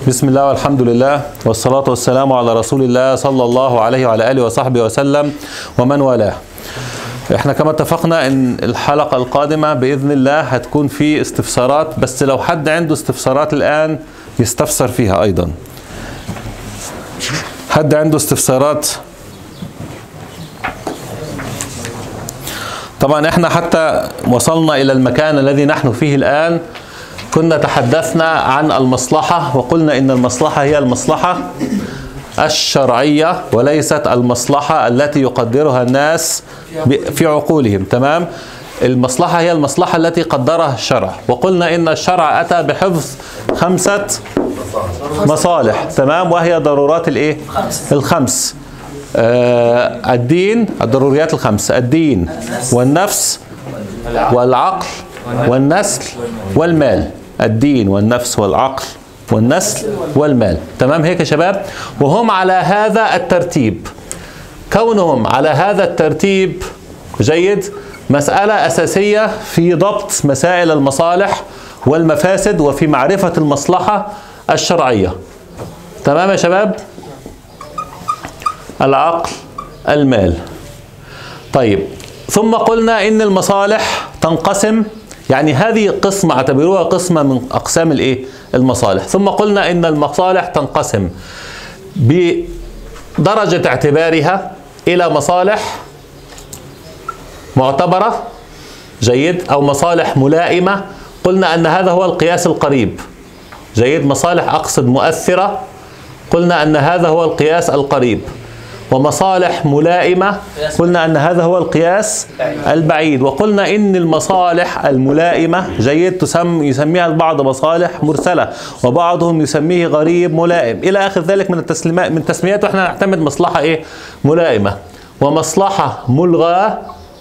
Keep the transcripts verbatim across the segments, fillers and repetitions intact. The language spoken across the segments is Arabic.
بسم الله والحمد لله والصلاة والسلام على رسول الله صلى الله عليه وعلى آله وصحبه وسلم ومن والاه. احنا كما اتفقنا ان الحلقة القادمة بإذن الله هتكون في استفسارات، بس لو حد عنده استفسارات الآن يستفسر فيها أيضا. حد عنده استفسارات؟ طبعا احنا حتى وصلنا إلى المكان الذي نحن فيه الآن كنا تحدثنا عن المصلحة، وقلنا إن المصلحة هي المصلحة الشرعية وليست المصلحة التي يقدرها الناس في عقولهم. تمام؟ المصلحة هي المصلحة التي قدرها الشرع، وقلنا إن الشرع أتى بحفظ خمسة مصالح. تمام؟ وهي ضرورات الإيه؟ الخمس. آه الدين، الضروريات الخمس: الدين والنفس والعقل والنسل والمال. الدين والنفس والعقل والنسل والمال. تمام هيك يا شباب؟ وهم على هذا الترتيب. كونهم على هذا الترتيب جيد مسألة أساسية في ضبط مسائل المصالح والمفاسد وفي معرفة المصلحة الشرعية. تمام يا شباب؟ العقل، المال. طيب، ثم قلنا إن المصالح تنقسم، يعني هذه قسمة اعتبروها قسمة من أقسام الإيه؟ المصالح. ثم قلنا إن المصالح تنقسم بدرجة اعتبارها إلى مصالح معتبرة جيد أو مصالح ملائمة. قلنا أن هذا هو القياس القريب جيد. مصالح أقصد مؤثرة، قلنا أن هذا هو القياس القريب. ومصالح ملائمة قلنا أن هذا هو القياس البعيد. وقلنا إن المصالح الملائمة جيد تسم يسميها البعض مصالح مرسلة، وبعضهم يسميه غريب ملائم إلى آخر ذلك من التسميات. من التسميات وإحنا نعتمد مصلحة إيه؟ ملائمة، ومصلحة ملغاة،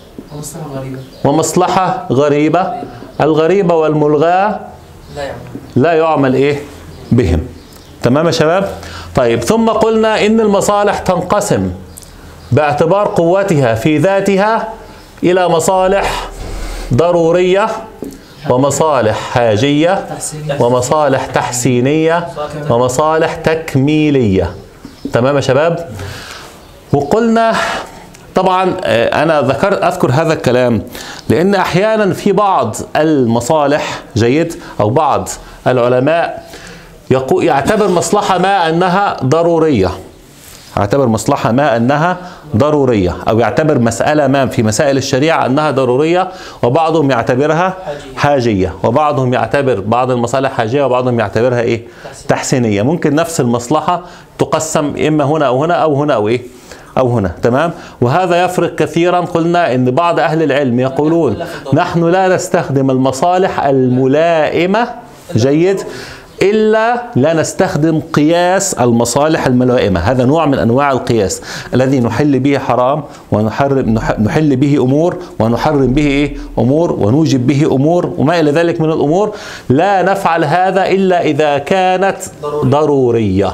ومصلحة غريبة. الغريبة والملغاة لا يعمل إيه؟ بهم. تمام يا شباب؟ طيب، ثم قلنا إن المصالح تنقسم باعتبار قوتها في ذاتها إلى مصالح ضرورية ومصالح حاجية ومصالح تحسينية ومصالح تكميلية. تمام يا شباب؟ وقلنا طبعا أنا ذكرت أذكر هذا الكلام لأن أحيانا في بعض المصالح جيد أو بعض العلماء يعتبر مصلحة ما أنها ضرورية، يعتبر مصلحة ما أنها ضرورية، أو يعتبر مسألة ما في مسائل الشريعة أنها ضرورية، وبعضهم يعتبرها حاجية، وبعضهم يعتبر بعض المصالح حاجية، وبعضهم يعتبرها إيه؟ تحسينية. ممكن نفس المصلحة تقسم إما هنا أو هنا أو هنا أو إيه؟ أو هنا. تمام؟ وهذا يفرق كثيرا. قلنا إن بعض أهل العلم يقولون نحن لا نستخدم المصالح الملائمة جيد إلا لا نستخدم قياس المصالح الملائمة. هذا نوع من أنواع القياس الذي نحل به حرام ونحرم نحل به أمور ونحرم به إيه؟ أمور، ونوجب به أمور وما إلى ذلك من الأمور. لا نفعل هذا إلا إذا كانت ضرورية.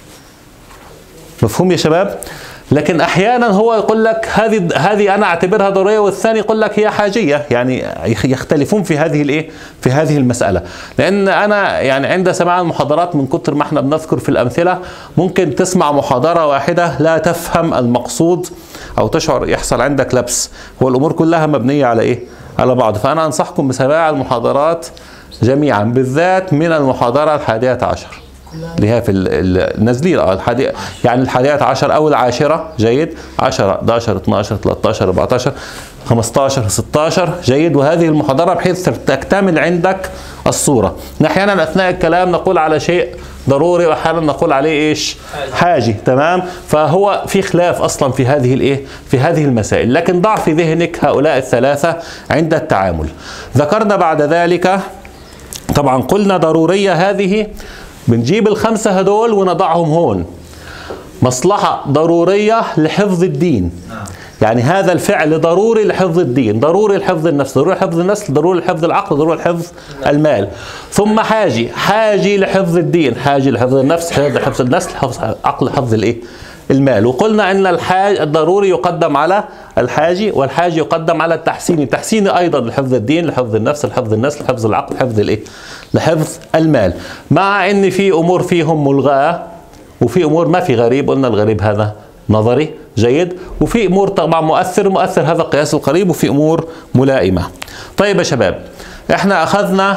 مفهوم يا شباب؟ لكن احيانا هو يقول لك هذه هذه انا اعتبرها ضروريه، والثاني يقول لك هي حاجيه. يعني يختلفون في هذه الايه؟ في هذه المساله. لان انا يعني عند سماع المحاضرات من كتر ما احنا بنذكر في الامثله ممكن تسمع محاضره واحده لا تفهم المقصود او تشعر يحصل عندك لبس. هو الامور كلها مبنيه على ايه؟ على بعض. فانا انصحكم بسماع المحاضرات جميعا، بالذات من المحاضره الحادية عشر اللي هي في النازلين الحادية، يعني الحادية عشر أو العاشرة جيد، عشرة، إحدى عشر، اثني عشر، ثلاثة عشر، أربعة عشر، خمسة عشر، ستة عشر جيد. وهذه المحاضرة بحيث تكتمل عندك الصورة. أحيانا أثناء الكلام نقول على شيء ضروري وأحيانا نقول عليه إيش؟ حاجي. تمام؟ فهو في خلاف أصلا في هذه الإيه؟ في هذه المسائل. لكن ضع في ذهنك هؤلاء الثلاثة عند التعامل. ذكرنا بعد ذلك طبعا قلنا ضرورية هذه بنجيب الخمسة هدول ونضعهم هون. مصلحة ضرورية لحفظ الدين، يعني هذا الفعل ضروري لحفظ الدين، ضروري لحفظ النفس، ضروري لحفظ النسل، ضروري لحفظ العقل، ضروري لحفظ المال. ثم حاجي، حاجي لحفظ الدين، حاجي لحفظ النفس، حاجي لحفظ النسل، حفظ العقل، حفظ الايه؟ المال. وقلنا أن الحاج الضروري يقدم على الحاجي، والحاجي يقدم على التحسيني، التحسيني أيضا لحفظ الدين، لحفظ النفس، لحفظ النسل، لحفظ العقل، لحفظ الإيه؟ لحفظ المال. مع أن في أمور فيهم ملغاة وفي أمور ما في غريب، قلنا الغريب هذا نظري جيد، وفي أمور طبعا مؤثر، مؤثر هذا قياس القريب، وفي أمور ملائمة. طيب يا شباب، احنا أخذنا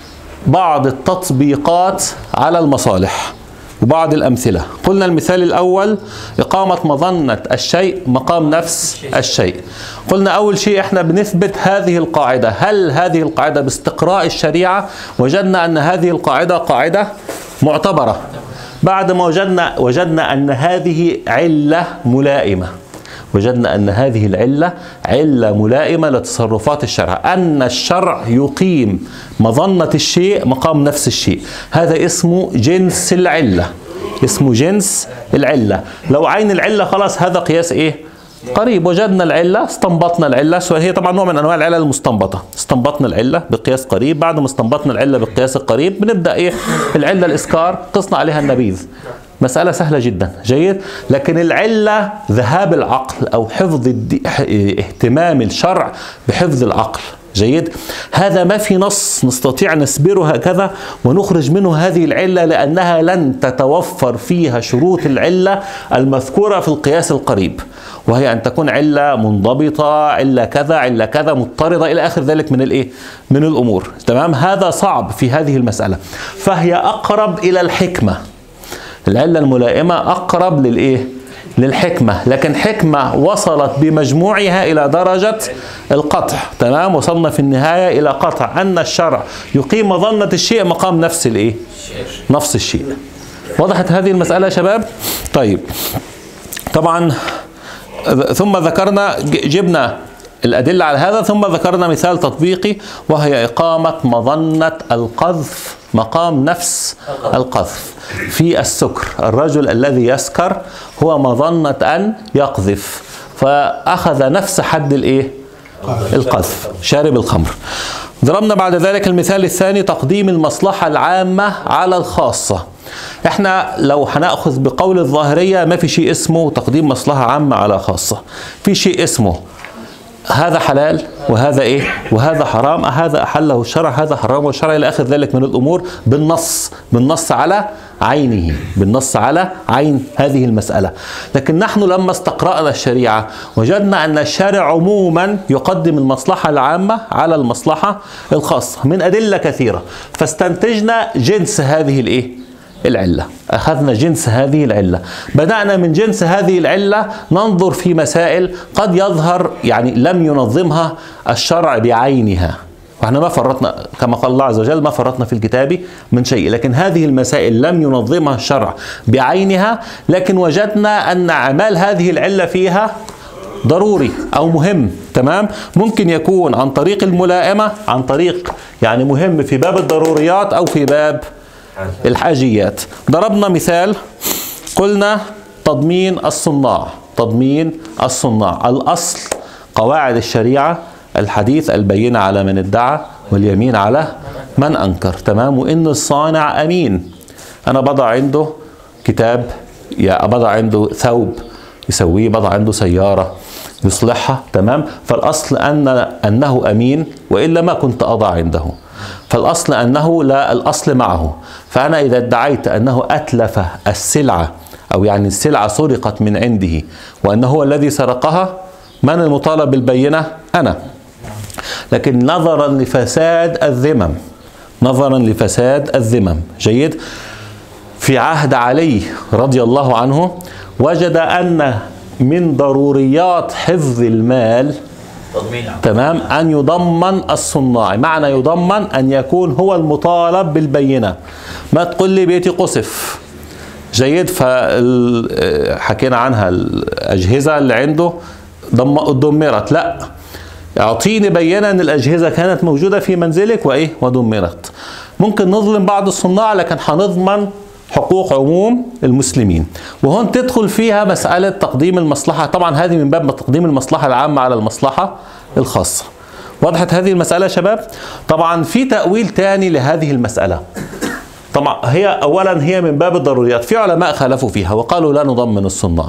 بعض التطبيقات على المصالح وبعض الأمثلة. قلنا المثال الأول إقامة مظنة الشيء مقام نفس الشيء. قلنا أول شيء إحنا بنثبت هذه القاعدة. هل هذه القاعدة باستقراء الشريعة؟ وجدنا أن هذه القاعدة قاعدة معتبرة. بعد ما وجدنا وجدنا أن هذه علة ملائمة، وجدنا أن هذه العلة علة ملائمة لتصرفات الشرع، أن الشرع يقيم مظنة الشيء مقام نفس الشيء. هذا اسمه جنس العلة، اسمه جنس العلة. لو عين العلة خلاص هذا قياس إيه؟ قريب. وجدنا العلة، استنبطنا العلة، هي طبعا نوع من أنواع العلة المستنبطة. استنبطنا العلة بقياس قريب، بعد ما استنبطنا العلة بقياس القريب بنبدأ إيه؟ العلة الإسكار، قصنا عليها النبيذ. مسألة سهلة جدا جيد. لكن العلة ذهاب العقل أو حفظ الدي... اهتمام الشرع بحفظ العقل جيد. هذا ما في نص نستطيع نسبره هكذا ونخرج منه هذه العلة، لأنها لن تتوفر فيها شروط العلة المذكورة في القياس القريب، وهي أن تكون علة منضبطة، علة كذا، علة كذا، مضطردة إلى آخر ذلك من الإيه؟ من الأمور. تمام؟ هذا صعب في هذه المسألة، فهي أقرب إلى الحكمة. العلة الملائمة أقرب للإيه؟ للحكمة، لكن حكمة وصلت بمجموعها إلى درجة القطع. تمام؟ وصلنا في النهاية إلى قطع أن الشرع يقيم مظنة الشيء مقام نفس الإيه؟ نفس الشيء. وضحت هذه المسألة يا شباب؟ طيب، طبعا ثم ذكرنا جبنا الأدلة على هذا، ثم ذكرنا مثال تطبيقي وهي إقامة مظنة القذف مقام نفس القذف في السكر. الرجل الذي يسكر هو مظنة أن يقذف، فأخذ نفس حد الإيه؟ القذف، شارب الخمر. ضربنا بعد ذلك المثال الثاني تقديم المصلحة العامة على الخاصة. احنا لو هنأخذ بقول الظاهرية ما في شيء اسمه تقديم مصلحة عامة على خاصة، في شيء اسمه هذا حلال وهذا ايه وهذا حرام، هذا احله الشرع، هذا حرامه الشرع، الى اخر ذلك من الامور بالنص، بالنص على عينه، بالنص على عين هذه المسألة. لكن نحن لما استقرأنا الشريعة وجدنا ان الشارع عموما يقدم المصلحة العامة على المصلحة الخاصة من ادلة كثيرة، فاستنتجنا جنس هذه الايه العلة. أخذنا جنس هذه العلة، بدأنا من جنس هذه العلة ننظر في مسائل قد يظهر يعني لم ينظمها الشرع بعينها، وإحنا ما فرطنا كما قال الله عز وجل ما فرطنا في الكتاب من شيء، لكن هذه المسائل لم ينظمها الشرع بعينها، لكن وجدنا أن أعمال هذه العلة فيها ضروري أو مهم. تمام؟ ممكن يكون عن طريق الملائمة، عن طريق يعني مهم في باب الضروريات أو في باب الحاجيات. ضربنا مثال قلنا تضمين الصناع، تضمين الصناع. الأصل قواعد الشريعة الحديث البينة على من ادعى واليمين على من أنكر. تمام؟ وإن الصانع أمين. أنا بضع عنده كتاب، يا بضع عنده ثوب يسويه، بضع عنده سيارة يصلحها. تمام؟ فالأصل أن أنه أمين، وإلا ما كنت أضع عنده. فالأصل أنه لا الأصل معه. فأنا إذا ادعيت أنه أتلف السلعة أو يعني السلعة سرقت من عنده وأنه هو الذي سرقها، من المطالب بالبينة؟ أنا. لكن نظرا لفساد الذمم، نظرا لفساد الذمم جيد، في عهد علي رضي الله عنه وجد أن من ضروريات حفظ المال تمام أن يضمن الصناع. معنى يضمن أن يكون هو المطالب بالبينة. ما تقول لي بيتي قصف جيد، فحكينا عنها الأجهزة اللي عنده دمرت، لا، اعطيني بينة أن الأجهزة كانت موجودة في منزلك وإيه ودمرت. ممكن نظلم بعض الصناع، لكن هنضمن حقوق عموم المسلمين. وهون تدخل فيها مسألة تقديم المصلحة، طبعا هذه من باب تقديم المصلحة العامة على المصلحة الخاصة. وضحت هذه المسألة يا شباب؟ طبعا في تأويل تاني لهذه المسألة، طبعا هي اولا هي من باب الضروريات، في علماء خالفوا فيها وقالوا لا نضمن الصناع.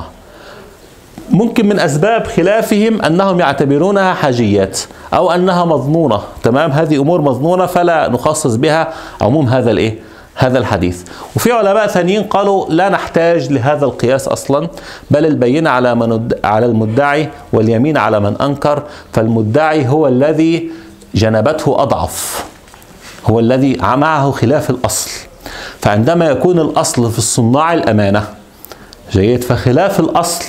ممكن من اسباب خلافهم انهم يعتبرونها حاجيات او انها مظنونه، تمام، هذه امور مظنونه فلا نخصص بها عموم هذا الايه؟ هذا الحديث. وفي علماء ثانيين قالوا لا نحتاج لهذا القياس اصلا، بل البينه على من على المدعي واليمين على من انكر، فالمدعي هو الذي جنبته اضعف، هو الذي معه خلاف الاصل. فعندما يكون الاصل في الصناع الامانه، جيد، فخلاف الاصل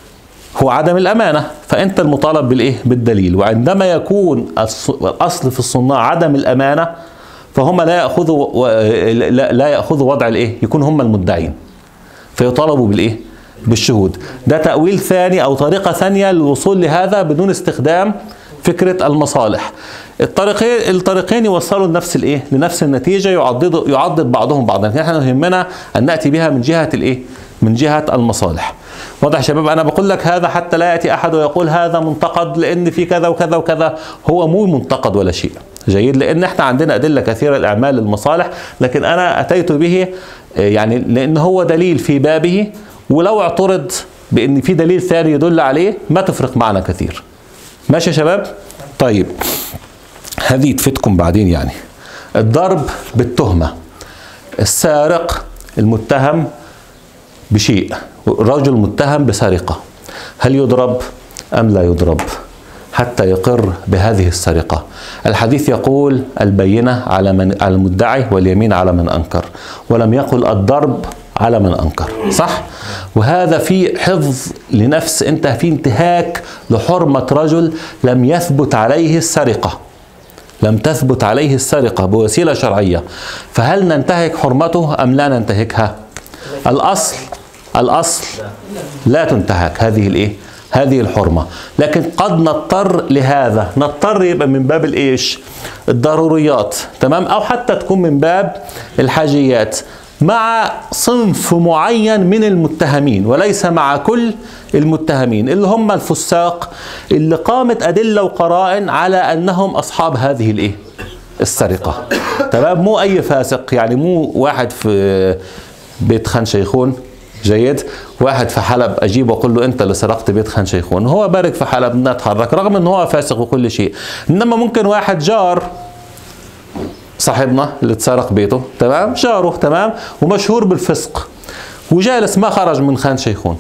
هو عدم الامانه، فانت المطالب بالايه؟ بالدليل. وعندما يكون الاصل في الصناع عدم الامانه، فهم لا ياخذوا لا ياخذوا وضع الايه؟ يكون هم المدعين، فيطالبوا بالايه؟ بالشهود. ده تاويل ثاني او طريقه ثانيه للوصول لهذا بدون استخدام فكره المصالح. الطريقين الطريقين يوصلوا لنفس الايه؟ لنفس النتيجه، يعضد يعضد بعضهم بعضا. نحن يهمنا ان ناتي بها من جهه الايه؟ من جهه المصالح. واضح يا شباب؟ انا بقول لك هذا حتى لا ياتي احد ويقول هذا منتقد لان في كذا وكذا وكذا، هو مو منتقد ولا شيء، جيد، لان احنا عندنا ادله كثيره لاعمال المصالح، لكن انا اتيت به يعني لان هو دليل في بابه، ولو اعترض بان في دليل ثاني يدل عليه ما تفرق معنا كثير. ماشي يا شباب؟ طيب هذه تفيدكم بعدين. يعني الضرب بالتهمه، السارق المتهم بشيء، رجل متهم بسرقة، هل يضرب أم لا يضرب حتى يقر بهذه السرقة؟ الحديث يقول البينة على من على المدعي واليمين على من أنكر، ولم يقل الضرب على من أنكر، صح؟ وهذا في حفظ لنفس، أنت في انتهاك لحرمة رجل لم يثبت عليه السرقة، لم تثبت عليه السرقة بوسيلة شرعية، فهل ننتهك حرمته أم لا ننتهكها؟ الأصل الأصل لا تنتهك هذه الإيه؟ هذه الحرمة، لكن قد نضطر لهذا، نضطر يبقى من باب الإيش؟ الضروريات، تمام، أو حتى تكون من باب الحاجيات مع صنف معين من المتهمين، وليس مع كل المتهمين اللي هم الفساق اللي قامت أدلة وقرائن على أنهم أصحاب هذه الإيه؟ السرقة، تمام، مو أي فاسق، يعني مو واحد في بيت خان شيخون، جيد، واحد في حلب اجيبه واقول له انت اللي سرقت بيت خان شيخون، هو بارك في حلب نتحرك رغم ان هو فاسق وكل شيء. انما ممكن واحد جار صاحبنا اللي اتسرق بيته، تمام، جاره، تمام، ومشهور بالفسق وجالس ما خرج من خان شيخون،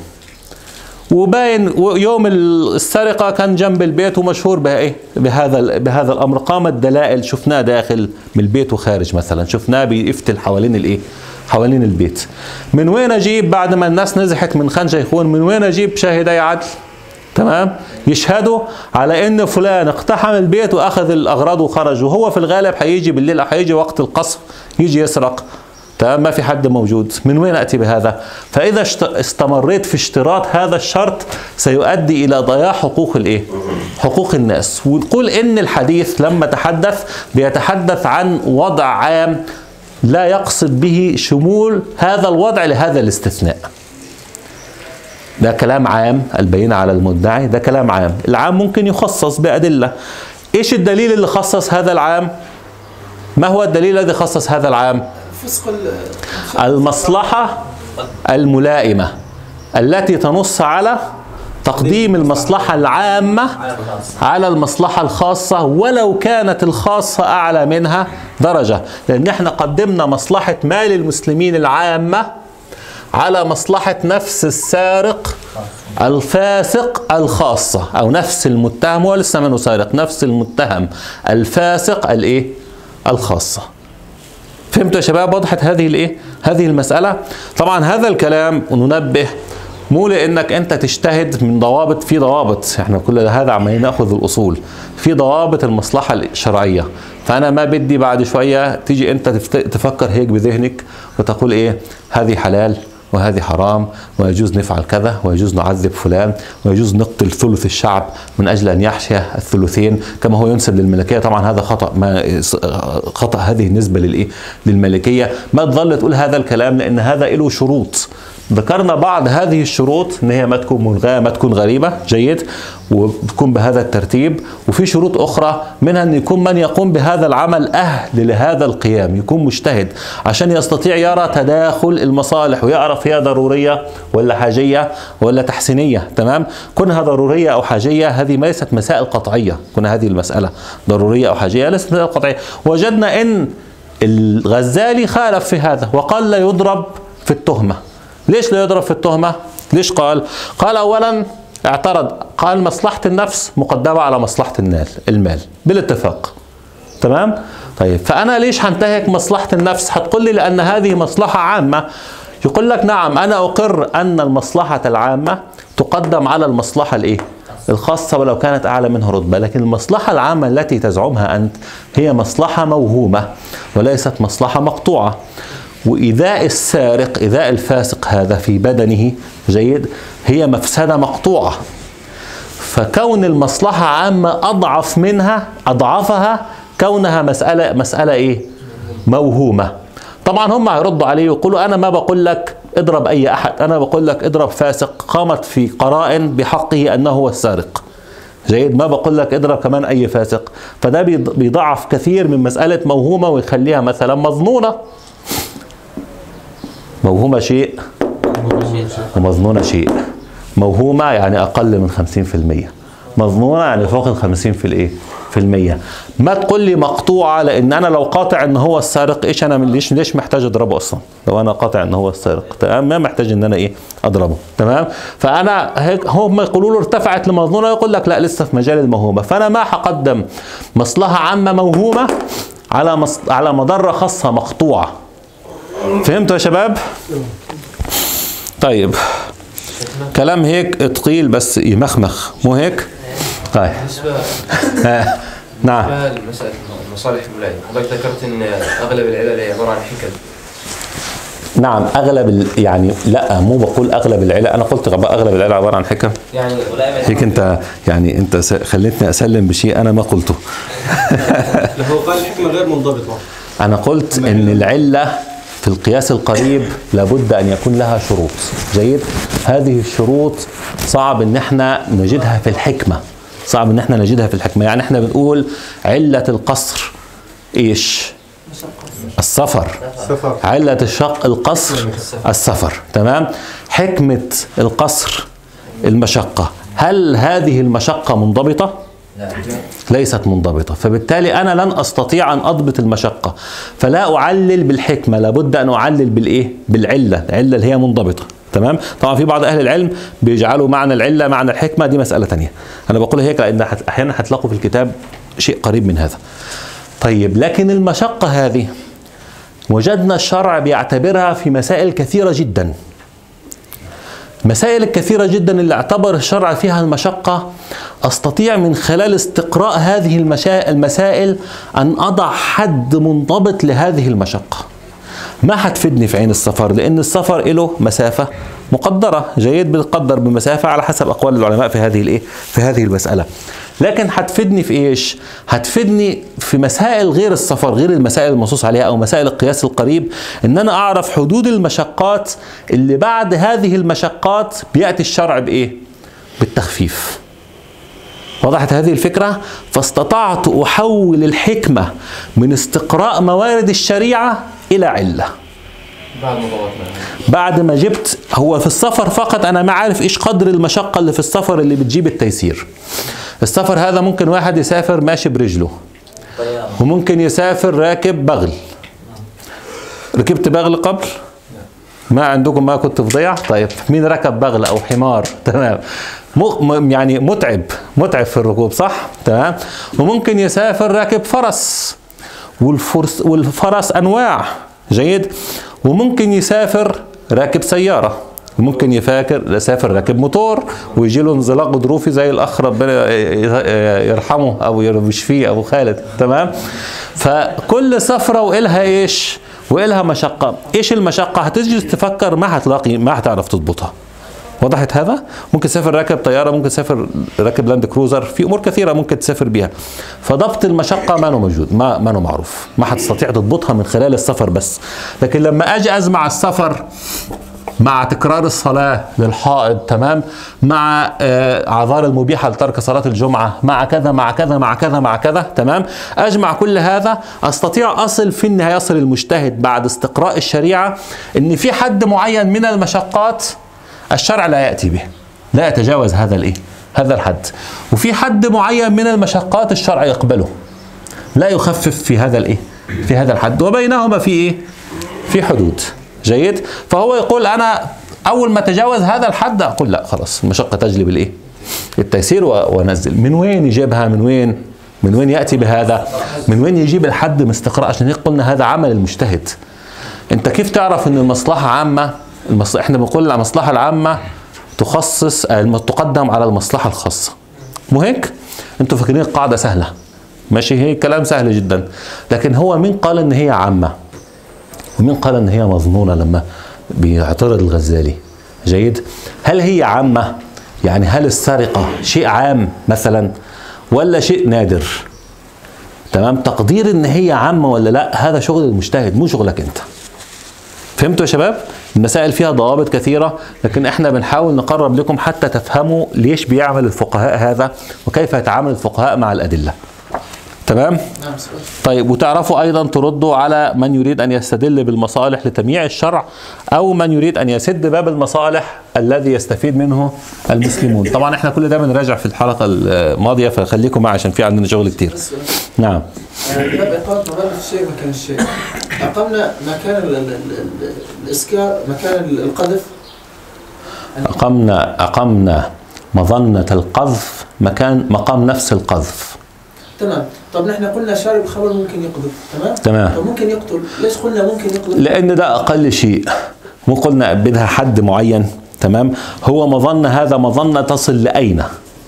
وباين يوم السرقه كان جنب البيت ومشهور بايه؟ بهذا بهذا الامر، قامت دلائل، شفناه داخل من البيت وخارج مثلا، شفناه بيفتل حوالين الايه؟ حوالين البيت. من وين اجيب بعد ما الناس نزحت من خان شيخون؟ من وين اجيب شاهدي عدل، تمام، يشهدوا على ان فلان اقتحم البيت واخذ الاغراض وخرج، وهو في الغالب حيجي بالليل او حيجي وقت القصف يجي يسرق، تمام، ما في حد موجود. من وين اتي بهذا؟ فاذا استمريت في اشتراط هذا الشرط سيؤدي الى ضياع حقوق الايه؟ حقوق الناس. ونقول ان الحديث لما تحدث بيتحدث عن وضع عام لا يقصد به شمول هذا الوضع لهذا الاستثناء. ده كلام عام، البينة على المدعي، ده كلام عام، العام ممكن يخصص بأدلة. ايش الدليل اللي خصص هذا العام؟ ما هو الدليل الذي خصص هذا العام؟ المصلحة الملائمة التي تنص على تقديم المصلحة العامة على المصلحة الخاصة، ولو كانت الخاصة أعلى منها درجة، لأن احنا قدمنا مصلحة مال المسلمين العامة على مصلحة نفس السارق الفاسق الخاصة، أو نفس المتهم، هو لسه منه سارق، نفس المتهم الفاسق الإيه؟ الخاصة. فهمتوا يا شباب؟ وضحت هذه الإيه؟ هذه المسألة. طبعا هذا الكلام ننبه مو لانك انت تجتهد من ضوابط، في ضوابط، احنا كل هذا عمالين ناخذ الاصول، في ضوابط المصلحه الشرعيه، فانا ما بدي بعد شويه تيجي انت تفكر هيك بذهنك وتقول ايه؟ هذه حلال وهذه حرام، ويجوز نفعل كذا، ويجوز نعذب فلان، ويجوز نقتل ثلث الشعب من اجل ان يحيا الثلثين كما هو ينسب للملكيه. طبعا هذا خطا، ما خطا هذه النسبه للايه؟ للملكيه. ما تظل تقول هذا الكلام لان هذا له شروط، ذكرنا بعض هذه الشروط ان هي ما تكون ملغاه ما تكون غريبه، جيد، وتكون بهذا الترتيب. وفي شروط اخرى منها ان يكون من يقوم بهذا العمل اهل لهذا القيام، يكون مجتهد عشان يستطيع يرى تداخل المصالح ويعرف هي ضروريه ولا حاجيه ولا تحسينيه. تمام؟ كونها ضروريه او حاجيه هذه ليست مسائل قطعيه، كونها هذه المساله ضروريه او حاجيه ليست مسائل قطعيه. وجدنا ان الغزالي خالف في هذا وقال لا يضرب في التهمه. ليش لا يضرب في التهمة؟ ليش قال؟ قال أولا اعترض، قال مصلحة النفس مقدمة على مصلحة المال المال بالاتفاق. تمام؟ طيب فأنا ليش هنتهك مصلحة النفس؟ هتقول لي لأن هذه مصلحة عامة. يقول لك نعم أنا أقر أن المصلحة العامة تقدم على المصلحة الإيه؟ الخاصة ولو كانت أعلى منها رتبة، لكن المصلحة العامة التي تزعمها أنت هي مصلحة موهومة وليست مصلحة مقطوعة. وإيذاء السارق، إيذاء الفاسق هذا في بدنه، جيد، هي مفسدة مقطوعة. فكون المصلحة عامة أضعف منها أضعفها كونها مسألة مسألة إيه؟ موهومة. طبعا هم هيردوا عليه ويقولوا أنا ما بقول لك اضرب أي أحد، أنا بقول لك اضرب فاسق قامت في قرائن بحقه أنه هو السارق. جيد، ما بقول لك اضرب كمان أي فاسق. فده بيضعف كثير من مسألة موهومة ويخليها مثلا مظنونة. موهومة شيء ومظنونة شيء. موهومة يعني أقل من خمسين في المية، مظنونة يعني فوق الخمسين في الإيه؟ في المية. ما تقول لي مقطوعة، لأن أنا لو قاطع إن هو السارق إيش أنا من ليش ليش محتاج أضربه أصلا؟ لو أنا قاطع إن هو السارق تمام ما محتاج إن أنا إيه؟ أضربه. تمام؟ فأنا هيك هم يقولوا له ارتفعت لمظنونة، يقول لك لا لسه في مجال الموهومة. فأنا ما هقدم مصلحة عامة موهومة على مص... على مضرة خاصة مقطوعة. فهمتوا يا شباب؟ طيب كلام هيك ثقيل بس يمخمخ مو هيك؟ طيب نعم. مسألة مصالح الولاية، حضرتك ذكرت ان اغلب العلل هي عبارة عن حكم. نعم اغلب ال... يعني لا مو بقول اغلب العلل، انا قلت اغلب العلل عبارة عن حكم. يعني هيك انت يعني انت خليتني اسلم بشيء انا ما قلته. هو قال الحكمة غير منضبطة. انا قلت ان العلة في القياس القريب لابد أن يكون لها شروط. جيد، هذه الشروط صعب ان احنا نجدها في الحكمة، صعب ان احنا نجدها في الحكمة. يعني احنا بنقول علة القصر ايش؟ السفر. علة الشق القصر السفر. تمام؟ حكمة القصر المشقة. هل هذه المشقة منضبطة؟ ليست منضبطة، فبالتالي أنا لن أستطيع أن أضبط المشقة، فلا أعلل بالحكمة، لابد أن أعلل بالإيه؟ بالعلة، العلة اللي هي منضبطة. تمام؟ طبعا في بعض أهل العلم بيجعلوا معنى العلة معنى الحكمة، دي مسألة تانية. أنا بقول هيك لأن أحيانا هتلاقوا في الكتاب شيء قريب من هذا. طيب لكن المشقة هذه وجدنا الشرع بيعتبرها في مسائل كثيرة جدا. مسائل كثيرة جدا اللي اعتبر الشرع فيها المشقة أستطيع من خلال استقراء هذه المسائل أن أضع حد منضبط لهذه المشقة. ما هتفيدني في عين السفر، لأن السفر له مسافة مقدرة. جيد، بتقدر بمسافة على حسب أقوال العلماء في هذه الإيه؟ في هذه المسألة. لكن هتفيدني في إيش؟ هتفيدني في مسائل غير السفر، غير المسائل المنصوص عليها أو مسائل القياس القريب، إن أنا أعرف حدود المشقات اللي بعد هذه المشقات بيأتي الشرع بإيه؟ بالتخفيف. وضحت هذه الفكرة؟ فاستطعت أحول الحكمة من استقراء موارد الشريعة إلى علة. بعد ما جبت هو في السفر فقط أنا ما عارف إيش قدر المشقة اللي في السفر اللي بتجيب التيسير. السفر هذا ممكن واحد يسافر ماشي برجله، وممكن يسافر راكب بغل. ركبت بغل قبل؟ ما عندكم ما كنت فظيع؟ طيب مين ركب بغل أو حمار؟ تمام، يعني متعب متعب في الركوب، صح؟ تمام. وممكن يسافر راكب فرس، والفرس والفرس أنواع. جيد. وممكن يسافر راكب سيارة، ممكن يفاكر يسافر راكب موتور ويجي له انزلاق غضروفي زي الاخ ربنا يرحمه او يشفيه ابو خالد. تمام. فكل سفره والها ايش؟ والها مشقه. ايش المشقه؟ هتجي تفكر ما هتلاقي ما هتعرف تضبطها. وضحت هذا؟ ممكن تسافر راكب طياره، ممكن تسافر راكب لاند كروزر، في امور كثيره ممكن تسافر بها. فضبط المشقه ما هو موجود، ما ما هو معروف، ما هتستطيع تضبطها من خلال السفر بس. لكن لما اجي ازمع السفر مع تكرار الصلاة للحائض، تمام، مع آه اعذار المبيحة لترك صلاة الجمعة، مع كذا مع كذا مع كذا مع كذا، تمام، اجمع كل هذا، استطيع اصل في النهاية، يصل المجتهد بعد استقراء الشريعة ان في حد معين من المشقات الشرع لا يأتي به، لا يتجاوز هذا الايه؟ هذا الحد. وفي حد معين من المشقات الشرع يقبله، لا يخفف في هذا الايه؟ في هذا الحد، وبينهما في ايه؟ في حدود. جيد؟ فهو يقول انا اول ما تجاوز هذا الحد اقول لا خلاص، المشقة تجلب الايه؟ التيسير، ونزل. من وين يجيبها؟ من وين؟ من وين يأتي بهذا؟ من وين يجيب الحد من استقراء؟ عشان هيك قلنا هذا عمل المجتهد. انت كيف تعرف ان المصلحة عامة؟ المص... احنا بنقول المصلحة العامة تخصص تقدم على المصلحة الخاصة. مو هيك؟ انتوا فاكرين القاعدة سهلة. ماشي، هي كلام سهل جدا، لكن هو مين قال ان هي عامة؟ ومين قال ان هي مظنونة لما بيعترض الغزالي؟ جيد؟ هل هي عامة؟ يعني هل السرقة شيء عام مثلا ولا شيء نادر؟ تمام؟ تقدير ان هي عامة ولا لا هذا شغل المجتهد، مو شغلك انت. فهمتوا يا شباب؟ المسائل فيها ضوابط كثيرة، لكن احنا بنحاول نقرب لكم حتى تفهموا ليش بيعمل الفقهاء هذا وكيف يتعامل الفقهاء مع الأدلة. تمام؟ طيب، وتعرفوا أيضا تردوا على من يريد أن يستدل بالمصالح لتمييع الشرع، أو من يريد أن يسد باب المصالح الذي يستفيد منه المسلمون. طبعا احنا كل ده بنراجع في الحلقة الماضية، فخليكم معي عشان في عندنا شغل كتير. نعم. باب إقامة مظنة الشيء مكان الشيء. أقمنا مكان الإسكار مكان القذف. أقمنا أقمنا مظنة القذف مكان مقام نفس القذف. تمام. طب نحن قلنا شارب خمر ممكن يقذف، تمام؟ تمام. طب ممكن يقتل، ليش قلنا ممكن يقذف؟ لأن ده أقل شيء، مو قلنا بدها حد معين، تمام؟ هو مظنة، هذا مظنة تصل لأين؟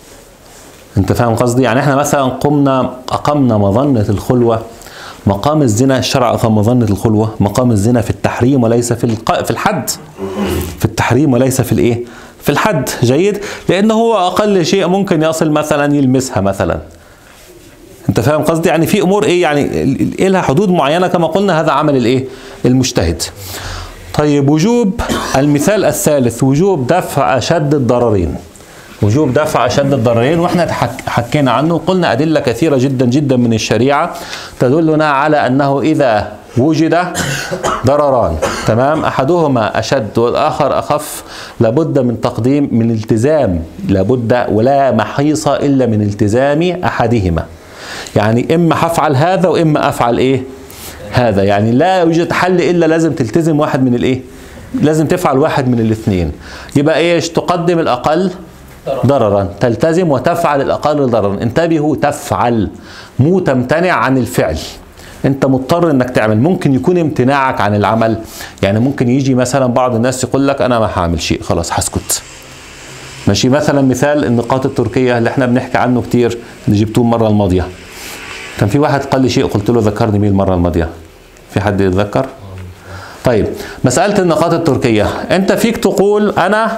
أنت فاهم قصدي؟ يعني إحنا مثلا قمنا أقمنا مظنة الخلوة، مقام الزنا، الشرع أقام مظنة الخلوة، مقام الزنا في التحريم وليس في الق... في الحد. في التحريم وليس في الإيه؟ في الحد. جيد؟ لأنه هو أقل شيء ممكن يصل مثلا يلمسها مثلا. انت فاهم قصدي؟ يعني في امور ايه، يعني لها حدود معينه كما قلنا، هذا عمل الايه؟ المجتهد. طيب، وجوب المثال الثالث، وجوب دفع اشد الضررين. وجوب دفع اشد الضررين، واحنا حكينا عنه، قلنا ادله كثيره جدا جدا من الشريعه تدلنا على انه اذا وجد ضرران، تمام، احدهما اشد والاخر اخف، لابد من تقديم من التزام، لابد ولا محيص الا من التزام احدهما. يعني اما هفعل هذا واما افعل ايه؟ هذا. يعني لا يوجد حل الا لازم تلتزم واحد من الايه؟ لازم تفعل واحد من الاثنين. يبقى ايش؟ تقدم الاقل ضررا، تلتزم وتفعل الاقل ضررا. انتبهوا، تفعل، مو تمتنع عن الفعل. انت مضطر انك تعمل. ممكن يكون امتناعك عن العمل، يعني ممكن يجي مثلا بعض الناس يقول لك انا ما هعمل شيء، خلاص هسكت. ماشي. مثلا مثال النقاط التركية اللي احنا بنحكي عنه كتير، اللي جبتوه المرة الماضية. كان في واحد قال لي شيء قلت له ذكرني بيه المرة الماضية. في حد يتذكر؟ طيب، مسألة النقاط التركية، انت فيك تقول انا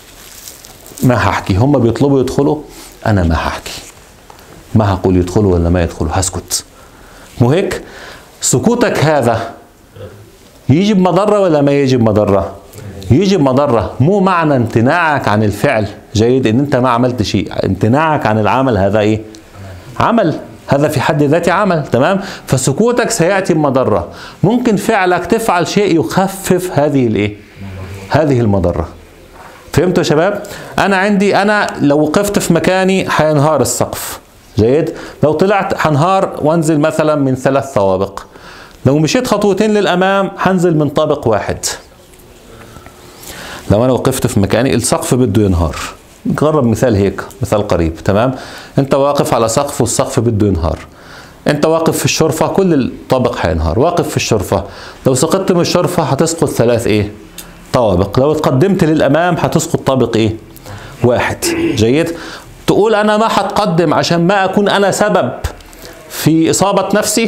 ما هحكي، هم بيطلبوا يدخلوا، انا ما هحكي، ما هقول يدخلوا ولا ما يدخلوا، هسكت. مو هيك؟ سكوتك هذا يجب مضرة ولا ما يجب مضرة؟ يجب مضرة. مو معنى امتناعك عن الفعل، جيد، ان انت ما عملت شيء، امتناعك عن العمل هذا ايه؟ عمل، هذا في حد ذاته عمل، تمام؟ فسكوتك سيأتي بمضرة. ممكن فعلك تفعل شيء يخفف هذه الايه؟ هذه المضرة. فهمتوا يا شباب؟ انا عندي، انا لو وقفت في مكاني هينهار السقف، جيد؟ لو طلعت هنهار وانزل مثلا من ثلاث طوابق. لو مشيت خطوتين للامام هنزل من طابق واحد. لو انا وقفت في مكاني السقف بده ينهار. نقرب مثال هيك، مثال قريب، تمام؟ انت واقف على سقف والسقف بده ينهار. انت واقف في الشرفة، كل الطابق هينهار. واقف في الشرفة، لو سقطت من الشرفة هتسقط ثلاث ايه؟ طوابق. لو اتقدمت للامام هتسقط طابق ايه؟ واحد. جيد؟ تقول انا ما هتقدم عشان ما اكون انا سبب في اصابة نفسي.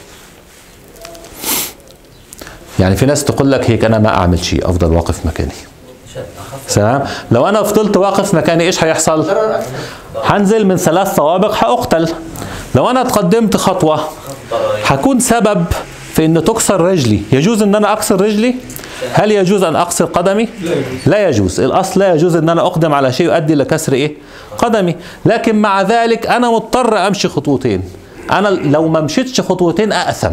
يعني في ناس تقول لك هيك، انا ما اعمل شيء، افضل واقف مكاني. سلام. لو انا فضلت واقف مكاني ايش هيحصل؟ هنزل من ثلاث طوابق هاقتل. لو انا تقدمت خطوه هكون سبب في ان تكسر رجلي. يجوز ان انا اكسر رجلي؟ هل يجوز ان اقصر قدمي؟ لا يجوز. لا يجوز. الاصل لا يجوز ان انا اقدم على شيء يؤدي الى كسر ايه؟ قدمي. لكن مع ذلك انا مضطر امشي خطوتين. انا لو ما مشيتش خطوتين ااثم.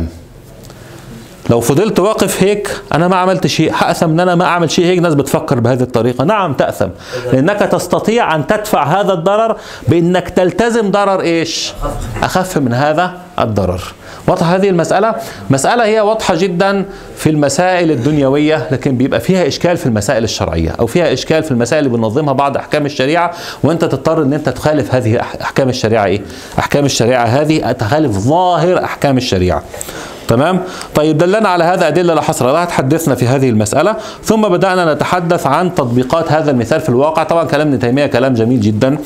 لو فضلت واقف هيك انا ما عملت شيء، هاثم ان انا ما اعمل شيء. هيك ناس بتفكر بهذه الطريقه. نعم تاثم، لانك تستطيع ان تدفع هذا الضرر بانك تلتزم ضرر ايش؟ اخف من هذا الضرر. واضحه هذه المساله؟ مساله هي واضحه جدا في المسائل الدنيويه، لكن بيبقى فيها اشكال في المسائل الشرعيه، او فيها اشكال في المسائل اللي بننظمها بعض احكام الشريعه، وانت تضطر ان انت تخالف هذه احكام الشريعه. ايه احكام الشريعه هذه؟ تخالف ظاهر احكام الشريعه. تمام؟ طيب دلنا على هذا أدلة لا حصر لها تحدثنا في هذه المسألة، ثم بدأنا نتحدث عن تطبيقات هذا المثال في الواقع. طبعا كلام ابن تيمية كلام جميل جدا،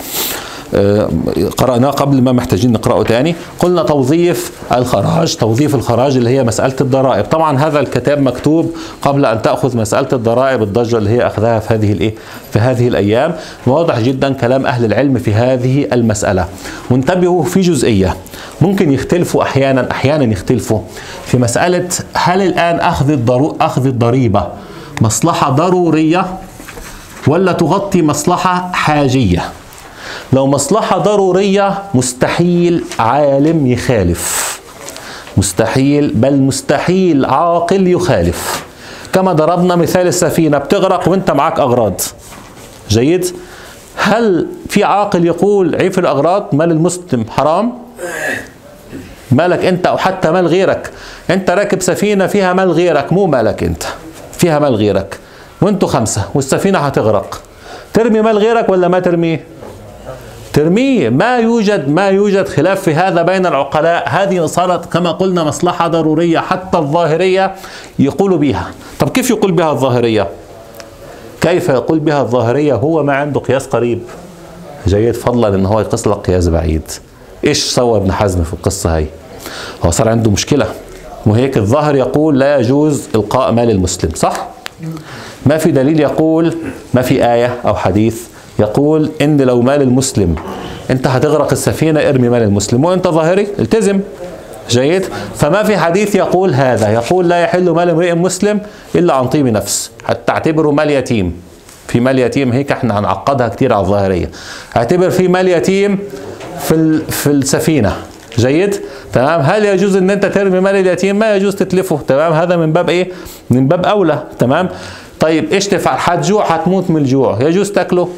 قرأناه قبل ما محتاجين نقرأه تاني. قلنا توظيف الخراج، توظيف الخراج اللي هي مسألة الضرائب. طبعا هذا الكتاب مكتوب قبل أن تأخذ مسألة الضرائب الضجة اللي هي أخذها في هذه الإيه؟ في هذه الأيام. واضح جدا كلام أهل العلم في هذه المسألة. وانتبهوا في جزئية ممكن يختلفوا أحيانا أحيانا يختلفوا في مسألة هل الآن أخذ الضرو أخذ الضريبة مصلحة ضرورية ولا تغطي مصلحة حاجية؟ لو مصلحة ضرورية مستحيل عالم يخالف، مستحيل بل مستحيل عاقل يخالف. كما ضربنا مثال السفينة بتغرق وانت معك أغراض. جيد؟ هل في عاقل يقول عيب في الأغراض مال المسلم حرام؟ مالك انت او حتى مال غيرك. انت راكب سفينة فيها مال غيرك، مو مالك انت، فيها مال غيرك، وانتوا خمسة والسفينة هتغرق، ترمي مال غيرك ولا ما ترميه؟ ترميه. ما يوجد ما يوجد خلاف في هذا بين العقلاء. هذه صارت كما قلنا مصلحة ضرورية، حتى الظاهرية يقول بها. طب كيف يقول بها الظاهرية؟ كيف يقول بها الظاهرية؟ هو ما عنده قياس قريب. جيد، فضلا ان هو يقيس لك قياس بعيد. ايش سوى ابن حزم في القصة هاي؟ هو صار عنده مشكلة، وهيك الظاهر يقول لا يجوز إلقاء مال المسلم، صح؟ ما في دليل يقول، ما في آية أو حديث يقول إن لو مال المسلم أنت هتغرق السفينة ارمي مال المسلم، وأنت ظاهري التزم. جيد؟ فما في حديث يقول هذا، يقول لا يحل مال امرئ مسلم إلا عن طيب نفس، حتى تعتبره مال يتيم. في مال يتيم هيك احنا هنعقدها كتير على الظاهرية. اعتبر في مال يتيم في في السفينة. جيد؟ تمام؟ هل يجوز ان انت ترمي مال اليتيم؟ ما يجوز تتلفه. تمام؟ هذا من باب ايه؟ من باب اولى. تمام؟ طيب ايش تفعل؟ هتجوع، هتموت من الجوع، يجوز تاكله؟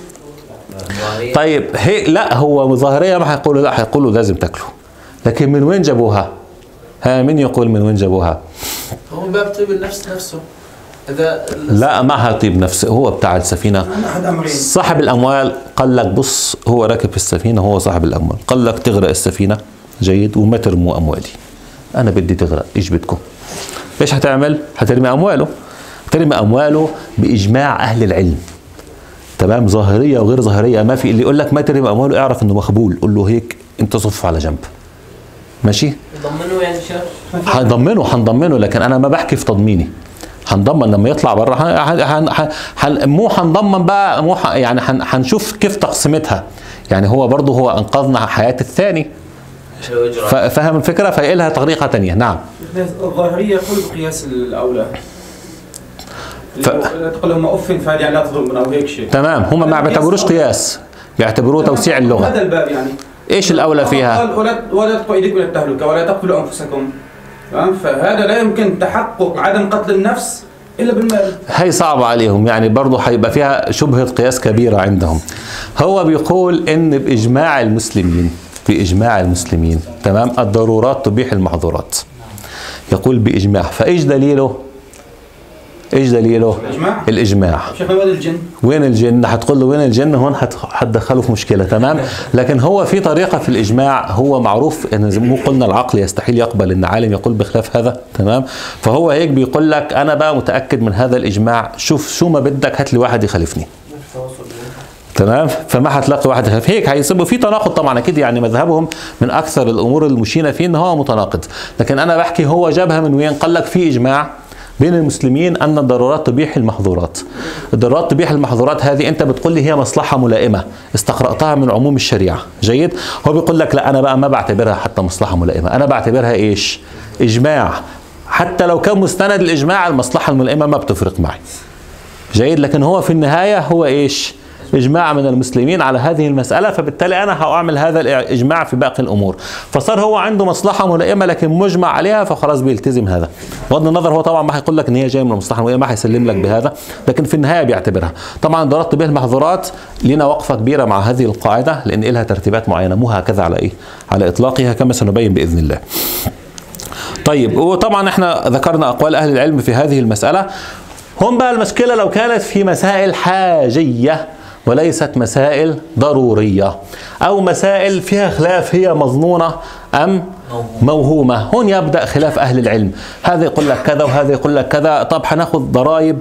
طيب هي لا، هو ظاهرية ما هيقولوا لا، هيقولوا لازم تاكله. لكن من وين جابوها؟ ها مين يقول من وين جابوها؟ هو من باب طيب النفس نفسه. إذا لا، ما هطيب نفسه، هو بتاع السفينة صاحب الأموال. قال لك بص، هو راكب في السفينة، هو صاحب الأموال، قال لك تغرق السفينة. جيد؟ وما ترموا أموالي، أنا بدي تغرق، إيش بدكم؟ إيش هتعمل؟ هترمي أمواله. ترمي أمواله بإجماع أهل العلم. تمام؟ ظاهرية وغير ظاهرية. ما في اللي يقول لك ما ترمي أمواله اعرف إنه مقبول، قول له هيك أنت صف على جنب. ماشي؟ ضمنه يعني شيخ؟ هنضمنه هنضمنه لكن أنا ما بحكي في تضميني. هنضمن لما يطلع بره، مو هنضمن بقى، مو يعني هنشوف كيف تقسيمتها. يعني هو برضه هو انقذنا حياة الثاني. فاهم الفكرة؟ فهي لها طريقة ثانية. نعم. الظاهرية يقول بقياس الأولى. ف... تقول لهم اف فهذه يعني لا تظلم او هيك شيء. تمام، هم ما بيعتبروش قياس، بيعتبروه توسيع اللغة. هذا الباب يعني. ايش الأولى فيها؟ قال ولا ولا تلقوا ايديكم الى التهلكة ولا تقتلوا انفسكم. فهذا لا يمكن تحقق عدم قتل النفس الا بالمال. هي صعبة عليهم، يعني برضه هيبقى فيها شبهة قياس كبيرة عندهم. هو بيقول ان باجماع المسلمين، باجماع المسلمين، تمام، الضرورات تبيح المحظورات. يقول باجماع، فايش دليله؟ ايش دليله؟ الإجماع؟ الإجماع. شيخنا وين الجن؟ وين الجن؟ هتقول له وين الجن، هون هتدخله في مشكلة. تمام؟ لكن هو في طريقة في الإجماع، هو معروف إن مو قلنا العقل يستحيل يقبل إن عالم يقول بخلاف هذا. تمام؟ فهو هيك بيقول لك أنا بقى متأكد من هذا الإجماع، شوف شو ما بدك هات لي واحد يخالفني. تمام؟ فما هتلاقي واحد يخالف، هيك هيصيبوا في تناقض طبعا اكيد. يعني مذهبهم من اكثر الامور المشينه فيه ان هو متناقض، لكن انا بحكي هو جابها من وين؟ قال لك في اجماع بين المسلمين أن الضرورات تبيح المحظورات. الضرورات تبيح المحظورات هذه أنت بتقول لي هي مصلحة ملائمة، استقرأتها من عموم الشريعة. جيد؟ هو بيقول لك لا، أنا بقى ما بعتبرها حتى مصلحة ملائمة، أنا بعتبرها إيش؟ إجماع. حتى لو كان مستند الإجماع المصلحة الملائمة ما بتفرق معي. جيد. لكن هو في النهاية هو إيش؟ إجماع من المسلمين على هذه المسألة، فبالتالي أنا هأعمل هذا الإجماع في باقي الأمور. فصار هو عنده مصلحة ملائمة لكن مجمع عليها، فخلاص بيلتزم هذا. بغض النظر هو طبعا ما هيقول لك إن هي جاية من المصلحة الملائمة، ما هيسلم لك بهذا، لكن في النهاية بيعتبرها. طبعا ضربت به المحظورات لنا وقفة كبيرة مع هذه القاعدة لأن لها ترتيبات معينة، مو هكذا على إيه؟ على إطلاقها كما سنبين بإذن الله. طيب، وطبعا احنا ذكرنا أقوال أهل العلم في هذه المسألة. هم بقى المشكلة لو كانت في مسائل حاجية وليست مسائل ضرورية، أو مسائل فيها خلاف هي مظنونة أم موهومة. هون يبدأ خلاف أهل العلم، هذا يقول لك كذا وهذا يقول لك كذا. طب هناخد ضرائب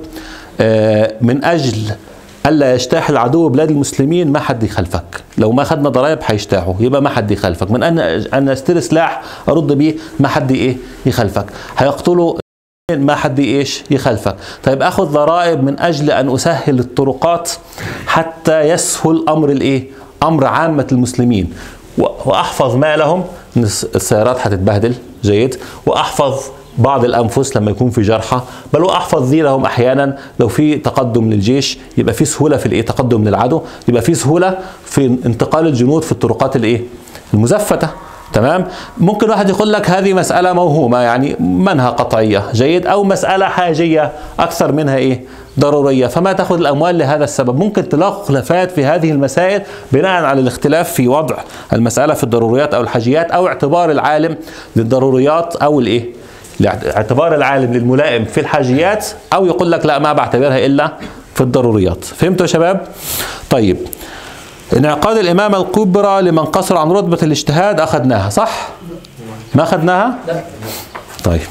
من أجل ألا يجتاح العدو بلاد المسلمين، ما حد يخلفك. لو ما أخذنا ضرائب هيجتاحوا، يبقى ما حد يخلفك. من أن أن أشتري سلاح أرد به، ما حد إيه يخلفك. هيقتلوا، ما حد ايش يخلفك. طيب اخذ ضرائب من اجل ان اسهل الطرقات حتى يسهل امر الايه؟ امر عامة المسلمين، واحفظ مالهم، السيارات هتتبهدل. جيد. واحفظ بعض الانفس لما يكون في جرحى، بل واحفظ دينهم احيانا. لو في تقدم للجيش يبقى في سهولة في الايه؟ تقدم للعدو، يبقى في سهولة في انتقال الجنود في الطرقات الايه؟ المزفتة. تمام. ممكن واحد يقول لك هذه مسألة موهومة، يعني منها قطعية. جيد. أو مسألة حاجية أكثر منها إيه؟ ضرورية، فما تأخذ الأموال لهذا السبب. ممكن تلاقوا خلافات في هذه المسائل بناء على الاختلاف في وضع المسألة في الضروريات أو الحاجيات، أو اعتبار العالم للضروريات أو الإيه؟ اعتبار العالم للملائم في الحاجيات، أو يقول لك لا ما بعتبرها إلا في الضروريات. فهمتوا يا شباب؟ طيب، انعقاد الإمامة الكبرى لمن قصر عن رتبة الاجتهاد أخذناها صح؟ ما أخذناها؟ لا. طيب،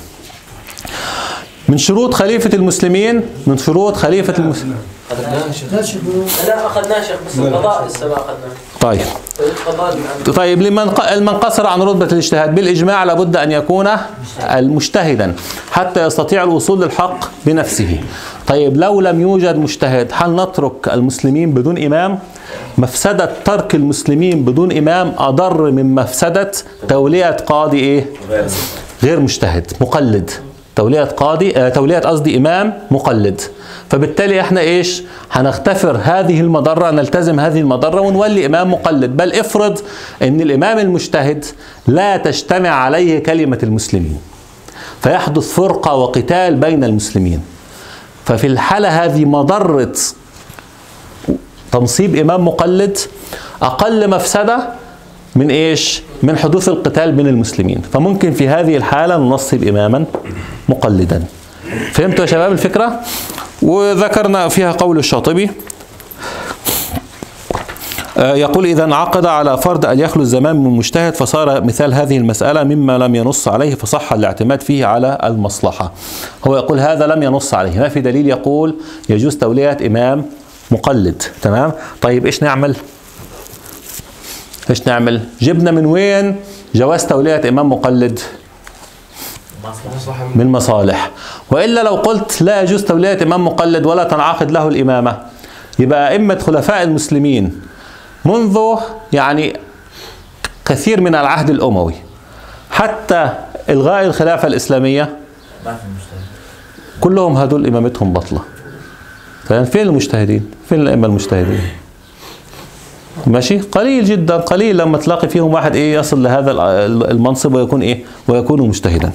من شروط خليفة المسلمين، من شروط خليفة المسلمين لا أخذناه شيخ، بس القضاء لسه ما أخذناه. طيب. طيب، لمن من قصر عن رتبة الاجتهاد بالإجماع لابد أن يكون المجتهدا حتى يستطيع الوصول للحق بنفسه. طيب، لو لم يوجد مجتهد، هل نترك المسلمين بدون إمام؟ مفسدة ترك المسلمين بدون إمام أضر من مفسدة تولية قاضي إيه؟ غير مجتهد مقلد. تولية قاضي آه تولية قصدي إمام مقلد. فبالتالي احنا ايش؟ هنغتفر هذه المضرة، نلتزم هذه المضرة ونولي إمام مقلد. بل افرض أن الإمام المجتهد لا تجتمع عليه كلمة المسلمين، فيحدث فرقة وقتال بين المسلمين. ففي الحالة هذه مضرة تنصيب إمام مقلد أقل مفسدة من إيش؟ من حدوث القتال بين المسلمين. فممكن في هذه الحالة ننصب إماما مقلدا. فهمتوا يا شباب الفكرة؟ وذكرنا فيها قول الشاطبي يقول إذا انعقد على فرض أن يخلو الزمان من مجتهد فصار مثال هذه المسألة مما لم ينص عليه فصح الاعتماد فيه على المصلحة. هو يقول هذا لم ينص عليه، ما في دليل يقول يجوز تولية إمام مقلد. تمام. طيب إيش نعمل؟ إيش نعمل؟ جبنا من وين جواز تولية إمام مقلد؟ من مصالح. وإلا لو قلت لا يجوز تولية إمام مقلد ولا تنعقد له الإمامة، يبقى أئمة خلفاء المسلمين منذ يعني كثير من العهد الأموي حتى إلغاء الخلافة الإسلامية كلهم هدول إمامتهم بطلة. فين المجتهدين؟ فين الأئمة المجتهدين؟ ماشي؟ قليل جدا، قليل لما تلاقي فيهم واحد إيه يصل لهذا المنصب ويكون إيه ويكون مجتهدا.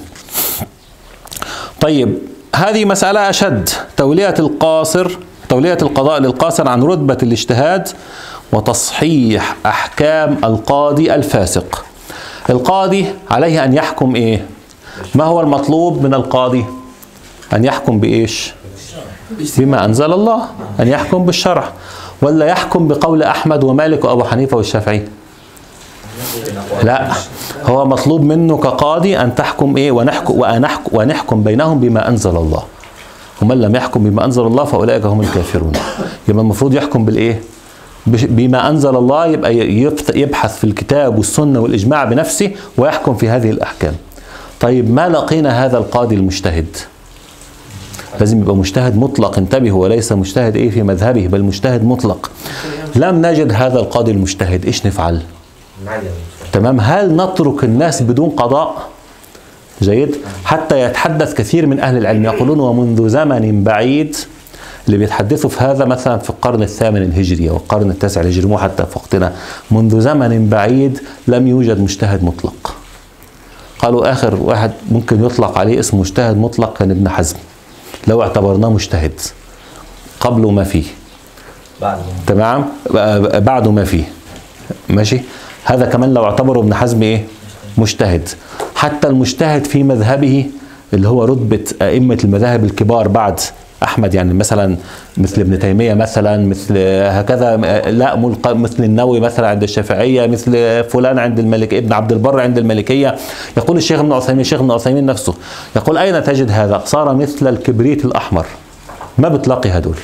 طيب، هذه مسألة أشد، تولية القاصر، تولية القضاء للقاصر عن رتبة الاجتهاد وتصحيح أحكام القاضي الفاسق. القاضي عليه أن يحكم إيه؟ ما هو المطلوب من القاضي؟ أن يحكم بإيش؟ بما أنزل الله، أن يحكم بالشرع، ولا يحكم بقول أحمد ومالك وأبو حنيفة والشافعي؟ لا، هو مطلوب منه كقاضي أن تحكم إيه؟ ونحكم ونحكم, ونحكم بينهم بما أنزل الله، ومن لم يحكم بما أنزل الله فأولئك هم الكافرون. يبقى المفروض يحكم بالإيه؟ بما أنزل الله، يبقى يبحث في الكتاب والسنة والإجماع بنفسه ويحكم في هذه الأحكام. طيب، ما لقينا هذا القاضي المجتهد؟ لازم يبقى مجتهد مطلق، انتبهوا، وليس مجتهد ايه في مذهبه، بل مجتهد مطلق. لم نجد هذا القاضي المجتهد، ايش نفعل؟ تمام. هل نترك الناس بدون قضاء؟ جيد. حتى يتحدث كثير من أهل العلم يقولون ومنذ زمن بعيد، اللي بيتحدثوا في هذا مثلا في القرن الثامن الهجري أو القرن التاسع الهجري، مو حتى في وقتنا، منذ زمن بعيد لم يوجد مجتهد مطلق. قالوا آخر واحد ممكن يطلق عليه اسم مجتهد مطلق كان ابن حزم، لو اعتبرناه مجتهد قبل ما فيه. بعد تمام، بعد ما فيه ماشي. هذا كمان لو اعتبروا ابن حزم ايه؟ مجتهد. حتى المجتهد في مذهبه اللي هو رتبة أئمة المذاهب الكبار بعد أحمد، يعني مثلا مثل ابن تيمية مثلا، مثل هكذا، لا مثل النووي مثلا عند الشافعية، مثل فلان عند الملك، ابن عبد البر عند المالكية. يقول الشيخ ابن عثيمين، الشيخ ابن عثيمين نفسه يقول أين تجد هذا؟ صار مثل الكبريت الأحمر، ما بتلاقي هدول.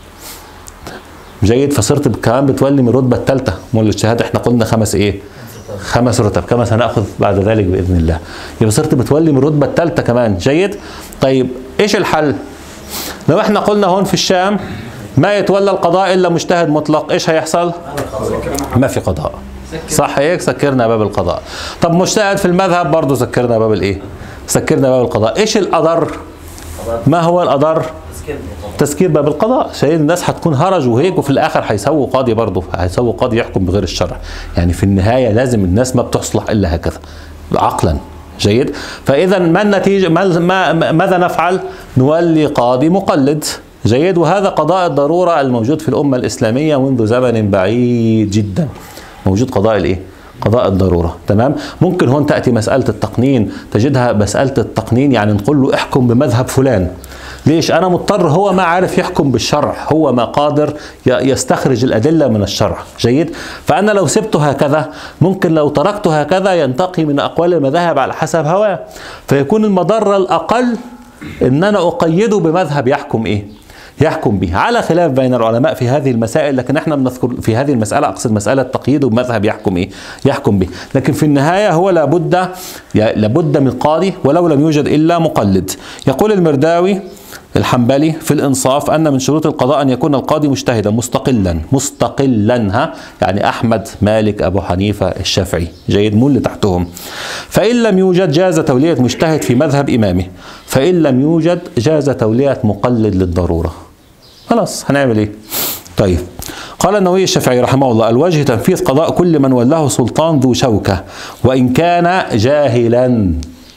جيد. فصرت كمان بتولي من الرتبة الثالثة، مول الاجتهاد احنا قلنا خمس ايه؟ خمس رتب كما سنأخذ بعد ذلك بإذن الله. يبقى صرت بتولي من الرتبة الثالثة كمان. جيد. طيب ايش الحل؟ لو احنا قلنا هون في الشام ما يتولى القضاء الا مجتهد مطلق، ايش هيحصل؟ ما في قضاء. صح هيك؟ سكرنا باب القضاء. طب مجتهد في المذهب برضه سكرنا باب الايه؟ سكرنا باب القضاء. ايش الأضر؟ ما هو الأضر؟ تسكير باب القضاء. شايف الناس هتكون هرج وهيك، وفي الاخر هيسووا قاضي برضه، هيسووا قاضي يحكم بغير الشرع. يعني في النهايه لازم الناس ما بتصلح الا هكذا عقلا. جيد. فاذا ما النتيجه؟ ما ماذا نفعل؟ نولي قاضي مقلد. جيد. وهذا قضاء الضروره الموجود في الامه الاسلاميه منذ زمن بعيد جدا. موجود قضاء الايه؟ قضاء الضروره. تمام. ممكن هون تاتي مساله التقنين، تجدها مساله التقنين يعني نقول له احكم بمذهب فلان. ليش؟ أنا مضطر، هو ما عارف يحكم بالشرع، هو ما قادر يستخرج الأدلة من الشرع. جيد. فأنا لو سبته هكذا، ممكن لو تركته هكذا ينتقي من أقوال المذاهب على حسب هواه، فيكون المضرة الأقل إن أنا أقيده بمذهب يحكم إيه؟ يحكم به، على خلاف بين العلماء في هذه المسائل، لكن احنا بنذكر في هذه المسألة أقصد مسألة تقييده بمذهب يحكم إيه؟ يحكم به. لكن في النهاية هو لابد لابد من قاضي، ولو لم يوجد إلا مقلد. يقول المرداوي الحنبلي في الإنصاف أن من شروط القضاء أن يكون القاضي مجتهدا مستقلا مستقلا ها يعني أحمد، مالك، أبو حنيفة، الشافعي. جيد. مو اللي تحتهم. فإن لم يوجد جاز تولية مجتهد في مذهب إمامه، فإن لم يوجد جاز تولية مقلد للضرورة. خلاص هنعمل إيه؟ طيب. قال النووي الشافعي رحمه الله: الوجه تنفيذ قضاء كل من ولاه سلطان ذو شوكة وإن كان جاهلا.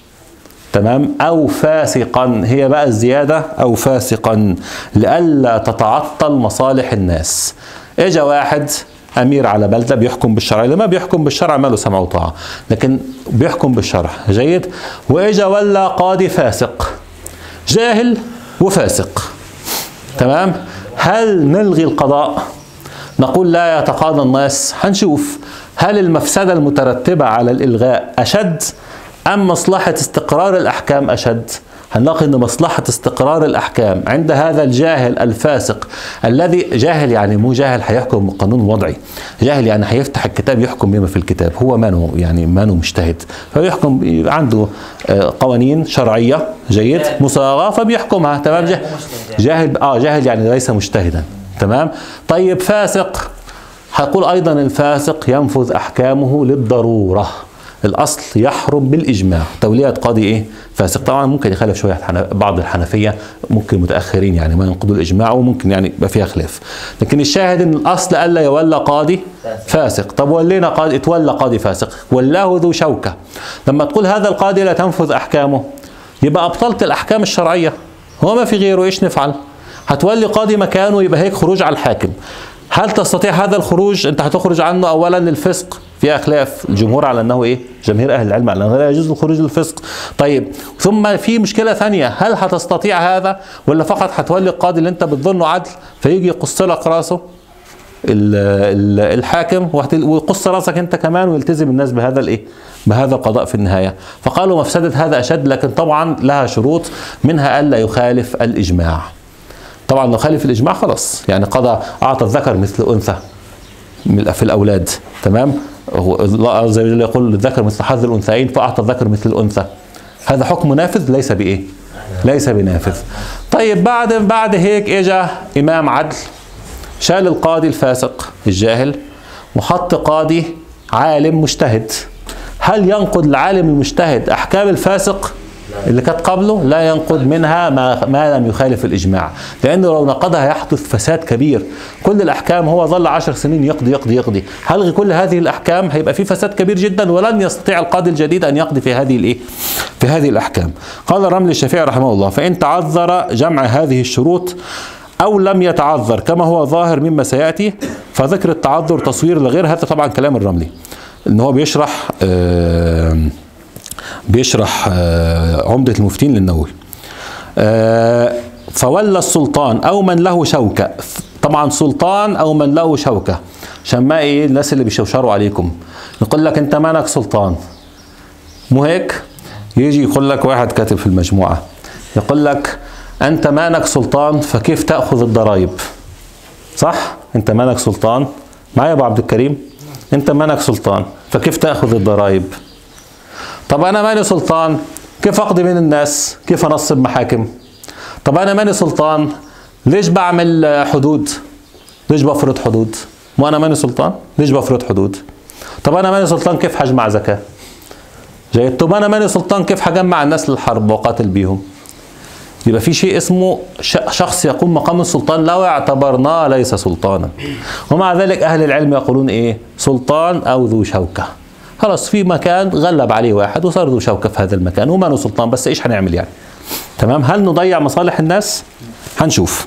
تمام. أو فاسقا، هي بقى الزيادة، أو فاسقا لئلا تتعطل مصالح الناس. إجا واحد أمير على بلدة بيحكم بالشرع، اللي ما بيحكم بالشرع ما له سمع وطاعة، لكن بيحكم بالشرع. جيد. وإجا ولا قاضي فاسق، جاهل وفاسق. تمام. هل نلغي القضاء؟ نقول لا يتقاضى الناس؟ هنشوف هل المفسدة المترتبة على الإلغاء أشد أم مصلحة استقرار الأحكام أشد؟ هنلاقي أن مصلحة استقرار الأحكام عند هذا الجاهل الفاسق، الذي جاهل يعني مو جاهل هيحكم بالقانون الوضعي، جاهل يعني هيفتح الكتاب يحكم بما في الكتاب، هو مانو يعني مانو مجتهد، فيحكم عنده قوانين شرعية. جيد. مصاغة فبيحكمها. تمام. جاهل, جاهل اه جاهل يعني ليس مجتهدا. تمام. طيب فاسق، هيقول أيضا الفاسق ينفذ أحكامه للضرورة، الأصل يحرم بالإجماع تولية قاضي إيه؟ فاسق. طبعا ممكن يخالف شوية بعض الحنفية، ممكن متأخرين يعني ما ينقضوا الإجماع، وممكن يعني يبقى فيها خلاف، لكن الشاهد إن الأصل ألا يولى قاضي فاسق. طب ولينا قاضي، اتولى قاضي فاسق، ولاه ذو شوكة. لما تقول هذا القاضي لا تنفذ أحكامه، يبقى أبطلت الأحكام الشرعية، هو ما في غيره، إيش نفعل؟ هتولي قاضي مكانه، يبقى هيك خروج على الحاكم. هل تستطيع هذا الخروج؟ أنت هتخرج عنه أولا للفسق، فيها خلاف الجمهور على أنه إيه؟ جماهير أهل العلم على أنه لا يجوز الخروج للفسق. طيب ثم في مشكلة ثانية، هل هتستطيع هذا ولا فقط هتولي القاضي اللي أنت بتظنه عدل فيجي يقص لك راسه الحاكم ويقص راسك أنت كمان ويلتزم الناس بهذا الإيه؟ بهذا القضاء في النهاية. فقالوا مفسدة هذا أشد، لكن طبعا لها شروط، منها ألا يخالف الإجماع. طبعا لو خالف الإجماع خلاص، يعني قضى أعطى الذكر مثل الأنثى في الأولاد. تمام. الله عز وجل يقول للذكر مثل حظ الأنثيين فأعطى الذكر مثل الأنثى، هذا حكم نافذ ليس بإيه؟ ليس بنافذ. طيب بعد بعد هيك إجا إمام عدل شال القاضي الفاسق الجاهل وحط قاضي عالم مجتهد. هل ينقض العالم المجتهد أحكام الفاسق؟ اللي كانت قبله لا ينقض منها ما, ما لم يخالف الإجماع، لأنه لو نقضها يحدث فساد كبير. كل الأحكام هو ظل عشر سنين يقضي يقضي يقضي، هلغي كل هذه الأحكام هيبقى في فساد كبير جدا، ولن يستطيع القاضي الجديد أن يقضي في هذه الإيه؟ في هذه الأحكام. قال الرملي الشافعي رحمه الله: فإن تعذر جمع هذه الشروط أو لم يتعذر كما هو ظاهر مما سيأتي، فذكر التعذر تصوير لغير. هذا طبعا كلام الرملي، إن هو بيشرح آه بيشرح آه عمدة المفتين للنووي. آه فولى السلطان أو من له شوكة، طبعا سلطان أو من له شوكة عشان ما إيه الناس اللي بيشوشروا عليكم يقول لك أنت مالك سلطان، مو هيك؟ يجي يقول لك واحد كاتب في المجموعة يقول لك أنت مالك سلطان فكيف تأخذ الضرائب؟ صح؟ أنت مالك سلطان، معايا يا أبو عبد الكريم؟ أنت مالك سلطان فكيف تأخذ الضرائب؟ طب أنا مالي سلطان، كيف أقضي بين الناس؟ كيف أنصب محاكم؟ طب أنا مالي سلطان، ليش بعمل حدود؟ ليش بفرض حدود؟ مو أنا مالي سلطان؟ ليش بفرض حدود؟ طب أنا مالي سلطان كيف حجمع زكاة؟ جيد. طب أنا مالي سلطان كيف حجمع الناس للحرب وقاتل بيهم؟ يبقى في شيء اسمه شخص يقوم مقام السلطان لو اعتبرناه ليس سلطانا، ومع ذلك أهل العلم يقولون إيه؟ سلطان أو ذو شوكة. خلاص في مكان غلب عليه واحد وصار ذو شوكة في هذا المكان وما له سلطان، بس إيش هنعمل يعني؟ تمام؟ هل نضيع مصالح الناس؟ هنشوف.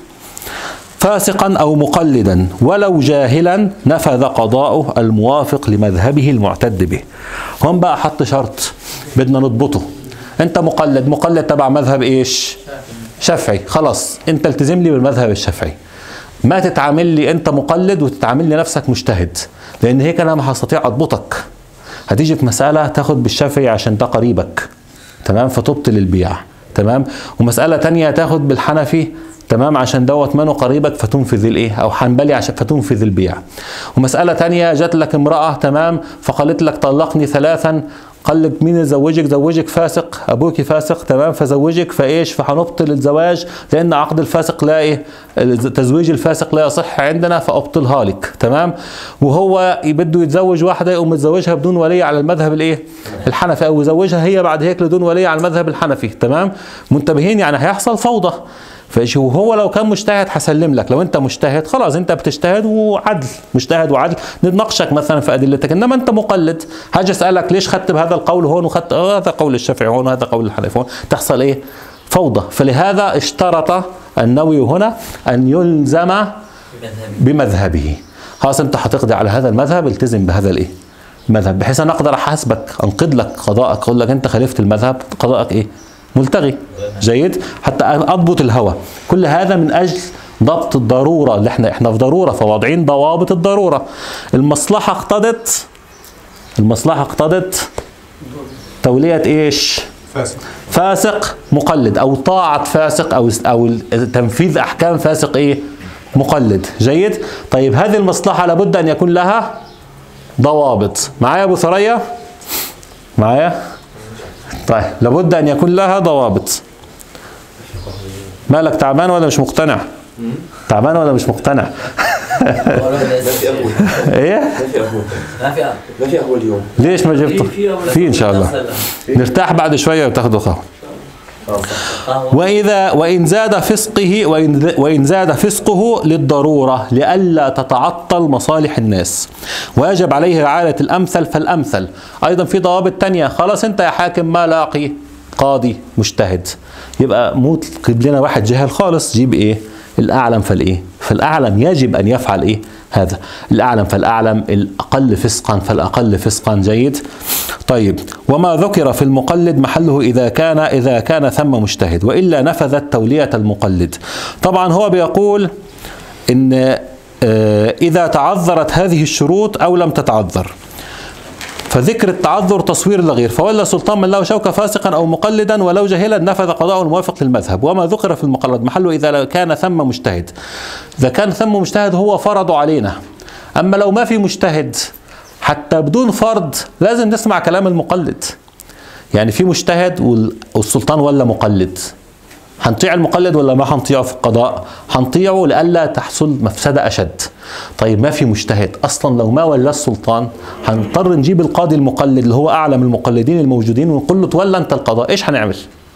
فاسقا أو مقلدا ولو جاهلا نفذ قضاؤه الموافق لمذهبه المعتد به. هم بقى حط شرط بدنا نضبطه. أنت مقلد، مقلد تبع مذهب إيش؟ شافعي، خلاص أنت التزم لي بالمذهب الشافعي. ما تتعامل لي أنت مقلد وتتعامل لي نفسك مجتهد، لأن هيك أنا ما هستطيع أضبطك. هتيجي في مسألة تاخد بالشافعي عشان ده قريبك، تمام؟ فتبطل البيع، تمام؟ ومسألة تانية تاخد بالحنفي، تمام؟ عشان دوت منه قريبك فتنفذ الايه؟ او حنبلي عشان فتنفذ البيع. ومسألة تانية جات لك امرأة، تمام؟ فقالت لك طلقني ثلاثا، قال لك مين يزوجك؟ زوجك فاسق، ابوك فاسق، تمام؟ فزوجك، فايش؟ فهنبطل الزواج لان عقد الفاسق لا ايه؟ تزويج الفاسق لا يصح عندنا فابطلها لك، تمام؟ وهو بده يتزوج واحده يقوم يتزوجها بدون ولي على المذهب الايه؟ الحنفي، او يزوجها هي بعد هيك بدون ولي على المذهب الحنفي، تمام؟ منتبهين؟ يعني هيحصل فوضى. فايش هو لو كان مجتهد هسلم لك، لو انت مجتهد خلاص انت بتجتهد وعدل، مجتهد وعدل، نتناقشك مثلا في ادلتك. انما انت مقلد هاجي اسالك ليش خدت بهذا القول هون وخدت آه هذا قول الشافعي هون وهذا قول الحنفي هون، تحصل ايه؟ فوضى. فلهذا اشترط النووي هنا ان يلزم بمذهبه. خلاص انت هتقضي على هذا المذهب، التزم بهذا الايه؟ المذهب، بحيث انا اقدر احاسبك، انقض لك قضاءك، اقول لك انت خالفت المذهب، قضاءك ايه؟ ملتغي. جيد؟ حتى اضبط الهوى. كل هذا من اجل ضبط الضروره، اللي احنا احنا في ضروره فواضعين ضوابط الضروره. المصلحه اقتضت المصلحه اقتضت توليه ايش؟ فاسق. فاسق مقلد، او طاعه فاسق، او او تنفيذ احكام فاسق ايه؟ مقلد. جيد؟ طيب هذه المصلحه لابد ان يكون لها ضوابط. معايا ابو ثريا؟ معايا؟ طيب لابد ان يكون لها ضوابط. مالك تعبان ولا مش مقتنع؟ تعبان ولا مش مقتنع؟ ايه؟ ما في ما في قهوه اليوم. ليش ما جبته؟ في ان شاء الله. نرتاح بعد شويه وتاخذوا قهوه. وإذا وإن زاد فسقه وإن وإن زاد فسقه للضرورة لئلا تتعطل مصالح الناس، ويجب عليه رعاية الأمثل فالأمثل. أيضا في ضوابط تانية. خلاص أنت يا حاكم ما لاقي قاضي مجتهد، يبقى مو تجيب لنا واحد جاهل خالص، جيب إيه؟ الأعلم فالإيه؟ فالأعلم يجب أن يفعل إيه؟ هذا الأعلم فالأعلم، الأقل فسقا فالأقل فسقا. جيد؟ طيب وما ذكر في المقلد محله إذا كان إذا كان ثم مجتهد، وإلا نفذت تولية المقلد. طبعا هو بيقول إن إذا تعذرت هذه الشروط أو لم تتعذر، فذكر التعذر تصوير لغير. فولى سلطان من له شوكة فاسقا أو مقلدا ولو جاهلا نفذ قضاءه الموافق للمذهب. وما ذكر في المقلد محله إذا كان ثم مجتهد. إذا كان ثم مجتهد هو فرض علينا. أما لو ما في مجتهد حتى بدون فرض لازم نسمع كلام المقلد. يعني في مجتهد والسلطان ولا مقلد، هنطيع المقلد ولا ما هنطيعه في القضاء؟ هنطيعه لئلا تحصل مفسدة أشد. طيب ما في مجتهد أصلا، لو ما ولى السلطان هنضطر نجيب القاضي المقلد اللي هو أعلم المقلدين الموجودين ونقول له تولى أنت القضاء. إيش هنعمل؟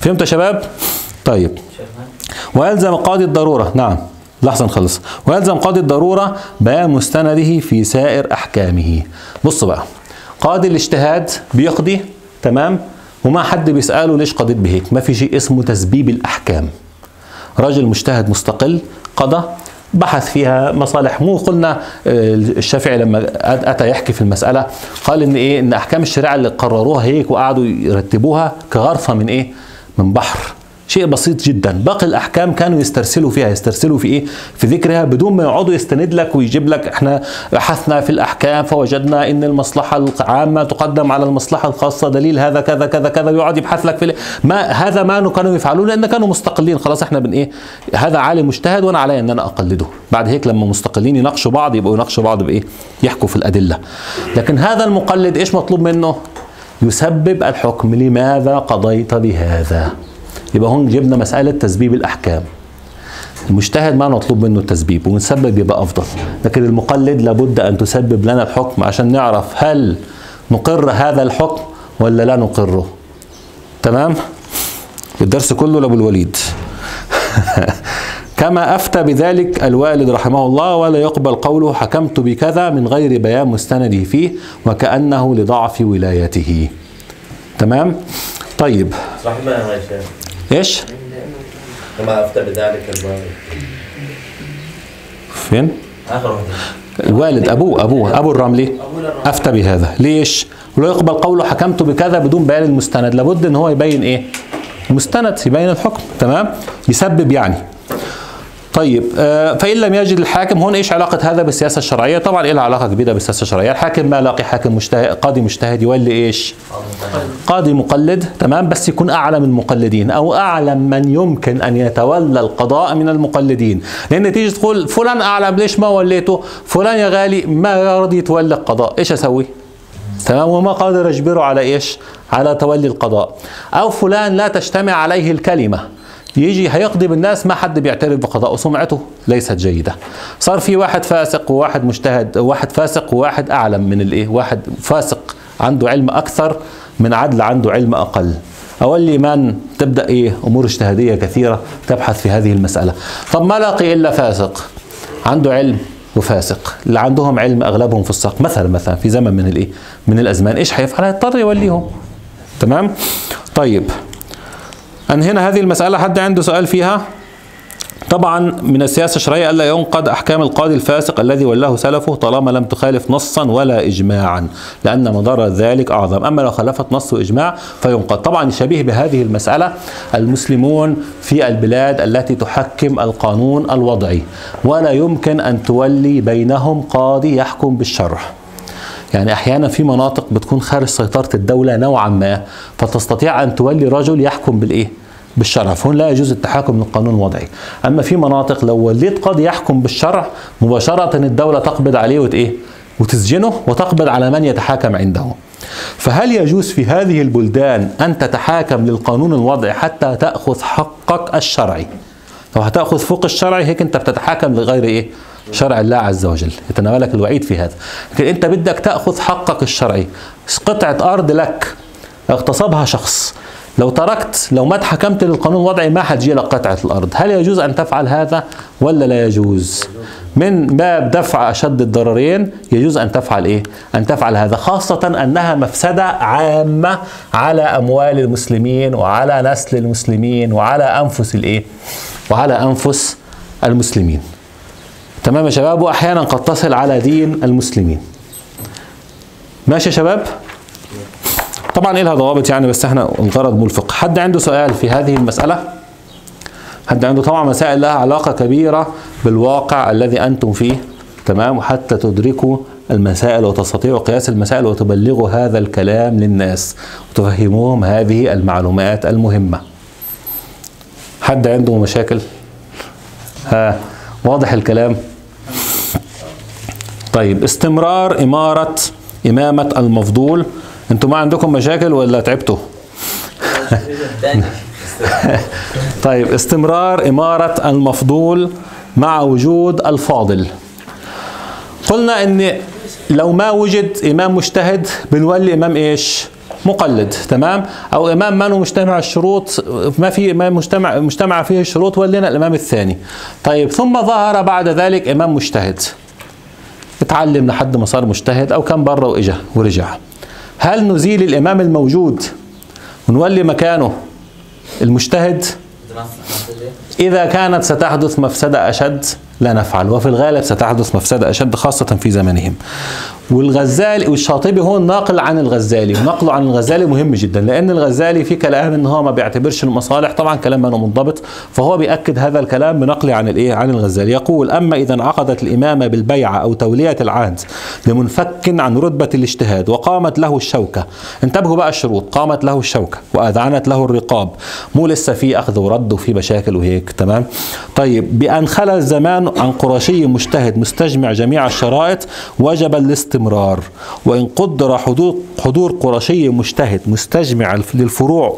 فهمت يا شباب؟ طيب ويلزم قاضي الضرورة، نعم لحظة نخلص. ويلزم قاضي الضرورة بيان مستنده في سائر أحكامه. بصوا بقى، قاضي الاجتهاد بيقضي تمام، وما حد بيسأله ليش قضيت بهيك، ما في شيء اسمه تسبيب الأحكام. راجل مجتهد مستقل قضى بحث فيها مصالح. مو قلنا الشافعي لما أتى يحكي في المسألة قال إن إيه، إن أحكام الشريعة اللي قرروها هيك وقعدوا يرتبوها كغرفة من إيه، من بحر، شيء بسيط جدا. باقي الاحكام كانوا يسترسلوا فيها، يسترسلوا في ايه؟ في ذكرها، بدون ما يقعدوا يستند لك ويجيب لك احنا بحثنا في الاحكام فوجدنا ان المصلحه العامه تقدم على المصلحه الخاصه، دليل هذا كذا كذا كذا، ويقعد يبحث لك في ما هذا ما كانوا يفعلون لان كانوا مستقلين. خلاص احنا بن ايه، هذا عالم مجتهد وانا علي ان انا اقلده. بعد هيك لما مستقلين يناقشوا بعض يبقوا يناقشوا بعض بايه؟ يحكوا في الادله. لكن هذا المقلد ايش مطلوب منه؟ يسبب الحكم. لماذا قضيت بهذا؟ يبقى هون جبنا مسألة تسبيب الأحكام. المجتهد ما مطلوب منه التسبيب ونسبب يبقى أفضل، لكن المقلد لابد أن تسبب لنا الحكم عشان نعرف هل نقر هذا الحكم ولا لا نقره. تمام؟ الدرس كله لأبو الوليد. كما أفتى بذلك الوالد رحمه الله، ولا يقبل قوله حكمت بكذا من غير بيان مستنده فيه وكأنه لضعف ولايته. تمام؟ طيب رحمه الله يا شيخ. ايش؟ كما افتى بذلك الوالد. فين؟ اخر واحد. الوالد ابوه ابوه ابو الرملي افتى بهذا. ليش؟ ولا يقبل قوله حكمت بكذا بدون بيان المستند. لابد ان هو يبين ايه؟ المستند، يبين الحكم. تمام؟ يسبب يعني. طيب آه فإن لم يجد الحاكم، هون ايش علاقة هذا بالسياسة الشرعية؟ طبعا لها علاقة كبيرة بالسياسة الشرعية. الحاكم ما لاقي حاكم مجتهد، قاضي مجتهد يولي ايش؟ قاضي مقلد. تمام؟ بس يكون أعلم المقلدين أو أعلم من يمكن أن يتولى القضاء من المقلدين. لأن تيجي تقول فلان أعلم ليش ما وليته؟ فلان يا غالي ما راضي يتولى القضاء، ايش أسوي؟ تمام؟ وما قادر أجبره على ايش؟ على تولي القضاء. أو فلان لا تجتمع عليه الكلمة، يجي هيقضي بالناس ما حد بيعترف بقضاءه، سمعته ليست جيدة. صار في واحد فاسق وواحد مجتهد، واحد فاسق وواحد أعلم من الإيه، واحد فاسق عنده علم أكثر من عدل عنده علم أقل. أولي من تبدأ إيه أمور اجتهادية كثيرة تبحث في هذه المسألة. طب ما لاقي إلا فاسق عنده علم وفاسق، اللي عندهم علم أغلبهم في الساق مثلا مثلا في زمن من الإيه من الأزمان، إيش هيفعل؟ هيضطر يوليهم. تمام؟ طيب أنهينا هذه المسألة. حد عنده سؤال فيها؟ طبعا من السياسة الشرعية ألا ينقض أحكام القاضي الفاسق الذي ولاه سلفه طالما لم تخالف نصا ولا إجماعا، لأن مضار ذلك أعظم. أما لو خالفت نص وإجماع فينقض. طبعا شبيه بهذه المسألة المسلمون في البلاد التي تحكم القانون الوضعي، ولا يمكن أن تولي بينهم قاضي يحكم بالشرع. يعني أحيانا في مناطق بتكون خارج سيطرة الدولة نوعا ما، فتستطيع أن تولي رجل يحكم بالإيه؟ بالشرع، فهون لا يجوز التحاكم للقانون الوضعي. أما في مناطق لو وليت قاضي يحكم بالشرع مباشرة الدولة تقبض عليه وتإيه؟ وتسجنه وتقبض على من يتحاكم عنده. فهل يجوز في هذه البلدان أن تتحاكم للقانون الوضعي حتى تأخذ حقك الشرعي؟ لو هتأخذ فوق الشرعي هيك أنت بتتحاكم لغير إيه؟ شرع الله عز وجل، يتناولك الوعيد في هذا. لكن أنت بدك تأخذ حقك الشرعي، قطعة أرض لك اغتصبها شخص، لو تركت لو ما تحكمت للقانون الوضعي ما حتجي لك قطعة الأرض. هل يجوز أن تفعل هذا ولا لا يجوز؟ من باب دفع أشد الضررين يجوز أن تفعل إيه؟ أن تفعل هذا، خاصة أنها مفسدة عامة على أموال المسلمين وعلى نسل المسلمين وعلى أنفس الإيه؟ وعلى أنفس المسلمين. تمام يا شباب؟ وأحيانا قد تصل على دين المسلمين. ماشي يا شباب؟ طبعا إيه لها ضوابط يعني، بس احنا الغرض مو الفقه. حد عنده سؤال في هذه المسألة؟ حد عنده؟ طبعا مسائل لها علاقة كبيرة بالواقع الذي أنتم فيه. تمام؟ وحتى تدركوا المسائل وتستطيعوا قياس المسائل وتبلغوا هذا الكلام للناس وتفهموهم هذه المعلومات المهمة. حد عنده مشاكل؟ ها واضح الكلام؟ طيب استمرار إمارة إمامة المفضول، انتوا ما عندكم مشاكل ولا تعبتوا؟ طيب استمرار إمارة المفضول مع وجود الفاضل. قلنا ان لو ما وجد إمام مجتهد بنولي إمام ايش؟ مقلد، تمام؟ او امام ما مجتمع الشروط، ما في امام مجتمع مجتمع فيه الشروط ولينا الامام الثاني. طيب ثم ظهر بعد ذلك امام مجتهد، اتعلم لحد ما صار مجتهد او كان بره واجا ورجع. هل نزيل الامام الموجود ونولي مكانه المجتهد؟ إذا كانت ستحدث مفسدة أشد لا نفعل، وفي الغالب ستحدث مفسدة أشد خاصة في زمنهم. والغزالي والشاطبي هو ناقل عن الغزالي، ونقله عن الغزالي مهم جدا، لأن الغزالي في كلام إن هو ما بيعتبرش المصالح، طبعا كلام ما منضبط، فهو بيأكد هذا الكلام بنقله عن الإيه؟ عن الغزالي. يقول: أما إذا انعقدت الإمامة بالبيعة أو تولية العهد لمنفك عن رتبة الاجتهاد وقامت له الشوكة، انتبهوا بقى الشروط، قامت له الشوكة وأذعنت له الرقاب، مو لسه في أخذ ورد وفي مشاكل وهيك، تمام؟ طيب بأن خلى الزمان عن قرشي مجتهد مستجمع جميع الشرائط وجب الاستمرار، وإن قدر حضور حضور قرشي مجتهد مستجمع للفروع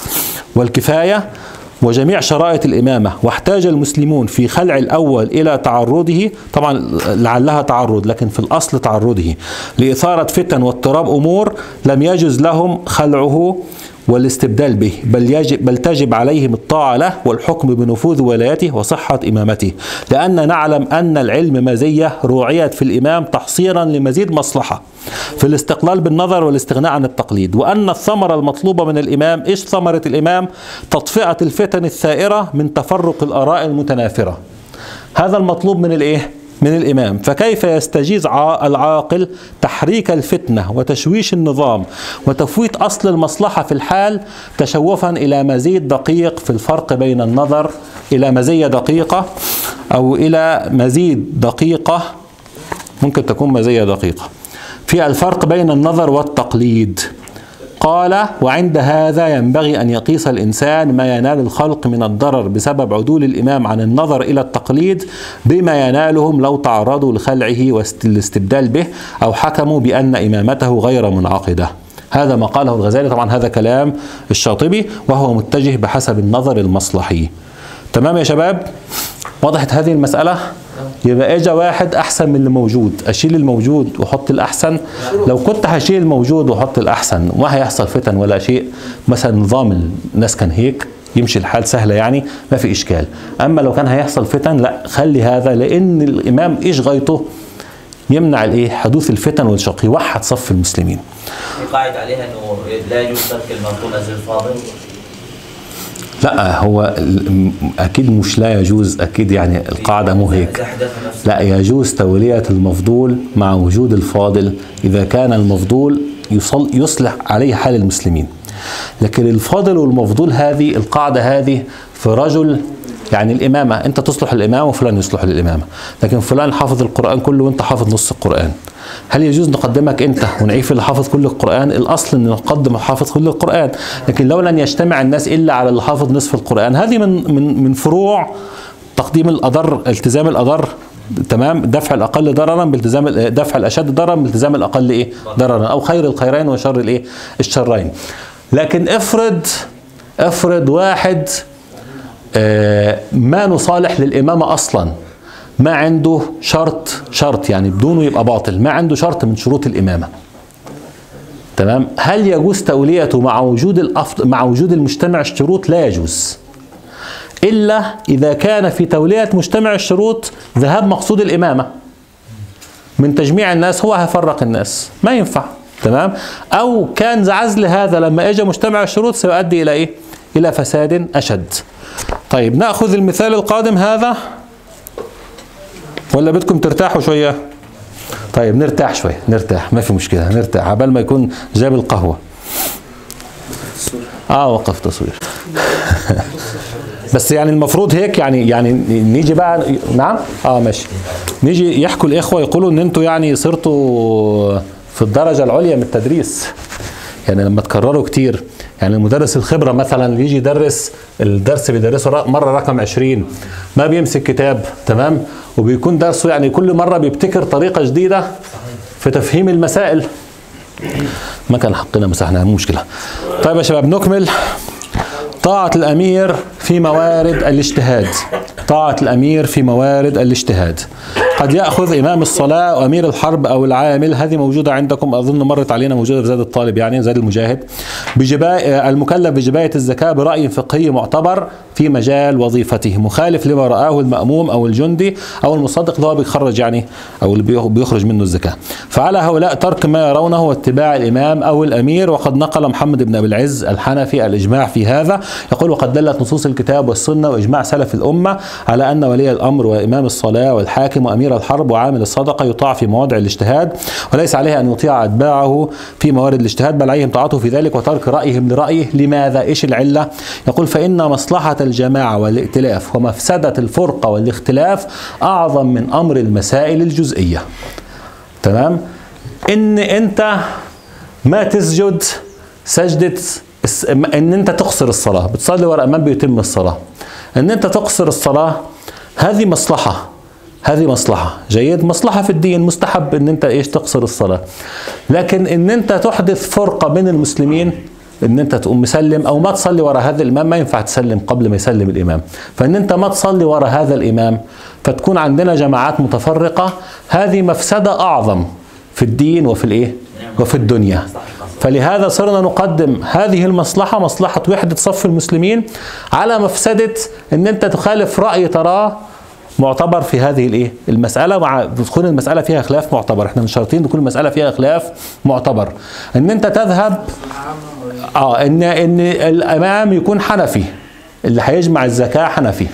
والكفاية وجميع شرائط الإمامة واحتاج المسلمون في خلع الأول إلى تعرضه، طبعا لعلها تعرض لكن في الأصل تعرضه لإثارة فتن واضطراب أمور، لم يجز لهم خلعه والاستبدال به، بل يجب بل تجب عليهم الطاعة له والحكم بنفوذ ولايته وصحة إمامته، لأن نعلم أن العلم مزية روعيت في الإمام تحصيرا لمزيد مصلحة في الاستقلال بالنظر والاستغناء عن التقليد، وأن الثمرة المطلوبة من الإمام، إيش ثمرة الإمام؟ تطفئة الفتن الثائرة من تفرق الآراء المتنافرة. هذا المطلوب من الإيه؟ من الإمام. فكيف يستجيز العاقل تحريك الفتنة وتشويش النظام وتفويت أصل المصلحة في الحال تشوفا إلى مزيد دقيق في الفرق بين النظر، إلى مزية دقيقة أو إلى مزيد دقيقة، ممكن تكون مزية دقيقة في الفرق بين النظر والتقليد. قال: وعند هذا ينبغي أن يقيس الإنسان ما ينال الخلق من الضرر بسبب عدول الإمام عن النظر إلى التقليد بما ينالهم لو تعرضوا لخلعه والاستبدال به أو حكموا بأن إمامته غير منعقدة. هذا ما قاله الغزالي، طبعا هذا كلام الشاطبي وهو متجه بحسب النظر المصلحي. تمام يا شباب؟ وضحت هذه المسألة؟ يبقى اجى واحد احسن من اللي موجود، اشيل الموجود واحط الاحسن. لو كنت هشيل الموجود واحط الاحسن ما هيحصل فتن ولا شيء، مثلا نظام الناس كان هيك يمشي الحال سهله يعني ما في اشكال. اما لو كان هيحصل فتن لا، خلي هذا، لان الامام ايش غايته؟ يمنع الايه؟ حدوث الفتن والشق، يوحد صف المسلمين. قاعد عليها انه لا يجوز ترك المنقول نزل الفاضل. لا هو اكيد مش لا يجوز، اكيد يعني القاعده مو هيك، لا يجوز توليه المفضول مع وجود الفاضل اذا كان المفضول يصل يصلح عليه حال المسلمين. لكن الفاضل والمفضول هذه القاعده هذه في رجل، يعني الامامه انت تصلح الامامه وفلان يصلح للامامه، لكن فلان حافظ القران كله وانت حافظ نص القران، هل يجوز نقدمك انت ونعيف اللي حافظ كل القران؟ الاصل ان نقدم حافظ كل القران، لكن لو لن يجتمع الناس الا على اللي حافظ نصف القران، هذه من من من فروع تقديم الاضر، التزام الاضر، تمام، دفع الاقل ضررا بالتزام دفع الاشد ضررا بالتزام الاقل ايه؟ ضررا، او خير الخيرين وشر الايه؟ الشرين. لكن افرض افرض واحد آه ما نصالح للامامه اصلا، ما عنده شرط شرط يعني بدونه يبقى باطل، ما عنده شرط من شروط الإمامة، تمام؟ هل يجوز توليته مع وجود الأفضل مع وجود المجتمع الشروط؟ لا يجوز، إلا إذا كان في تولية مجتمع الشروط ذهاب مقصود الإمامة من تجميع الناس، هو هيفرق الناس، ما ينفع، تمام؟ أو كان عزل هذا لما اجى مجتمع الشروط سيؤدي إلى إيه؟ إلى فساد أشد. طيب نأخذ المثال القادم هذا ولا بدكم ترتاحوا شوية؟ طيب نرتاح شوية، نرتاح ما في مشكلة، نرتاح عبال ما يكون جاب القهوة. اه وقف تصوير. بس يعني المفروض هيك يعني يعني نيجي بقى. نعم؟ اه ماشي. نيجي يحكوا الإخوة يقولوا إن أنتوا يعني صرتوا في الدرجة العليا من التدريس. يعني لما تكرروا كتير، يعني المدرس الخبرة مثلا اللي يجي يدرس الدرس بيدرسه مرة رقم عشرين، ما بيمسك كتاب، تمام؟ وبيكون درسه يعني كل مرة بيبتكر طريقة جديدة في تفهيم المسائل. ما كان حقنا مسحنا، مو مشكلة. طيب يا شباب نكمل. طاعة الأمير في موارد الاجتهاد. طاعة الأمير في موارد الاجتهاد. قد يأخذ إمام الصلاة وأمير الحرب أو العامل، هذه موجودة عندكم أظن مرت علينا، موجودة في زاد الطالب يعني زاد المجاهد، بجباء المكلف بجباية الزكاة برأي فقهي معتبر في مجال وظيفته مخالف لما رآه المأموم أو الجندي أو المصدق اللي هو بيخرج يعني أو اللي بيخرج منه الزكاة. فعلى هؤلاء ترك ما يرونه واتباع الإمام أو الأمير. وقد نقل محمد بن أبي العز الحنفي الإجماع في هذا، يقول وقد دلت نصوص الكتاب والسنة وإجماع سلف الأمة على أن ولي الأمر وإمام الصلاة والحاكم وأمير الحرب وعامل الصدقة يطاع في مواضع الاجتهاد، وليس عليه أن يطيع أتباعه في موارد الاجتهاد، بل عليهم طاعته في ذلك وترك رأيهم لرأيه. لماذا؟ إيش العلة؟ يقول فإن مصلحة الجماعة والائتلاف ومفسدة الفرقة والاختلاف أعظم من أمر المسائل الجزئية. تمام؟ إن أنت ما تسجد سجدة إن أنت تقصر الصلاة، بتصلي ورا إمام بيتم الصلاة، إن أنت تقصر الصلاة هذه مصلحة، هذه مصلحة جيد، مصلحة في الدين، مستحب إن أنت إيش تقصر الصلاة. لكن إن أنت تحدث فرقة بين المسلمين، ان انت تقوم مسلم او ما تصلي ورا هذا الامام، ما ينفع تسلم قبل ما يسلم الامام، فان انت ما تصلي ورا هذا الامام فتكون عندنا جماعات متفرقة، هذه مفسدة اعظم في الدين وفي الايه وفي الدنيا. فلهذا صرنا نقدم هذه المصلحة، مصلحة وحدة صف المسلمين، على مفسدة ان انت تخالف رأي تراه معتبر في هذه الايه المساله، مع تكون المساله فيها خلاف معتبر. احنا مش شرطين تكون المساله فيها خلاف معتبر. ان انت تذهب اه ان ان الامام يكون حنفي، اللي هيجمع الزكاه حنفي،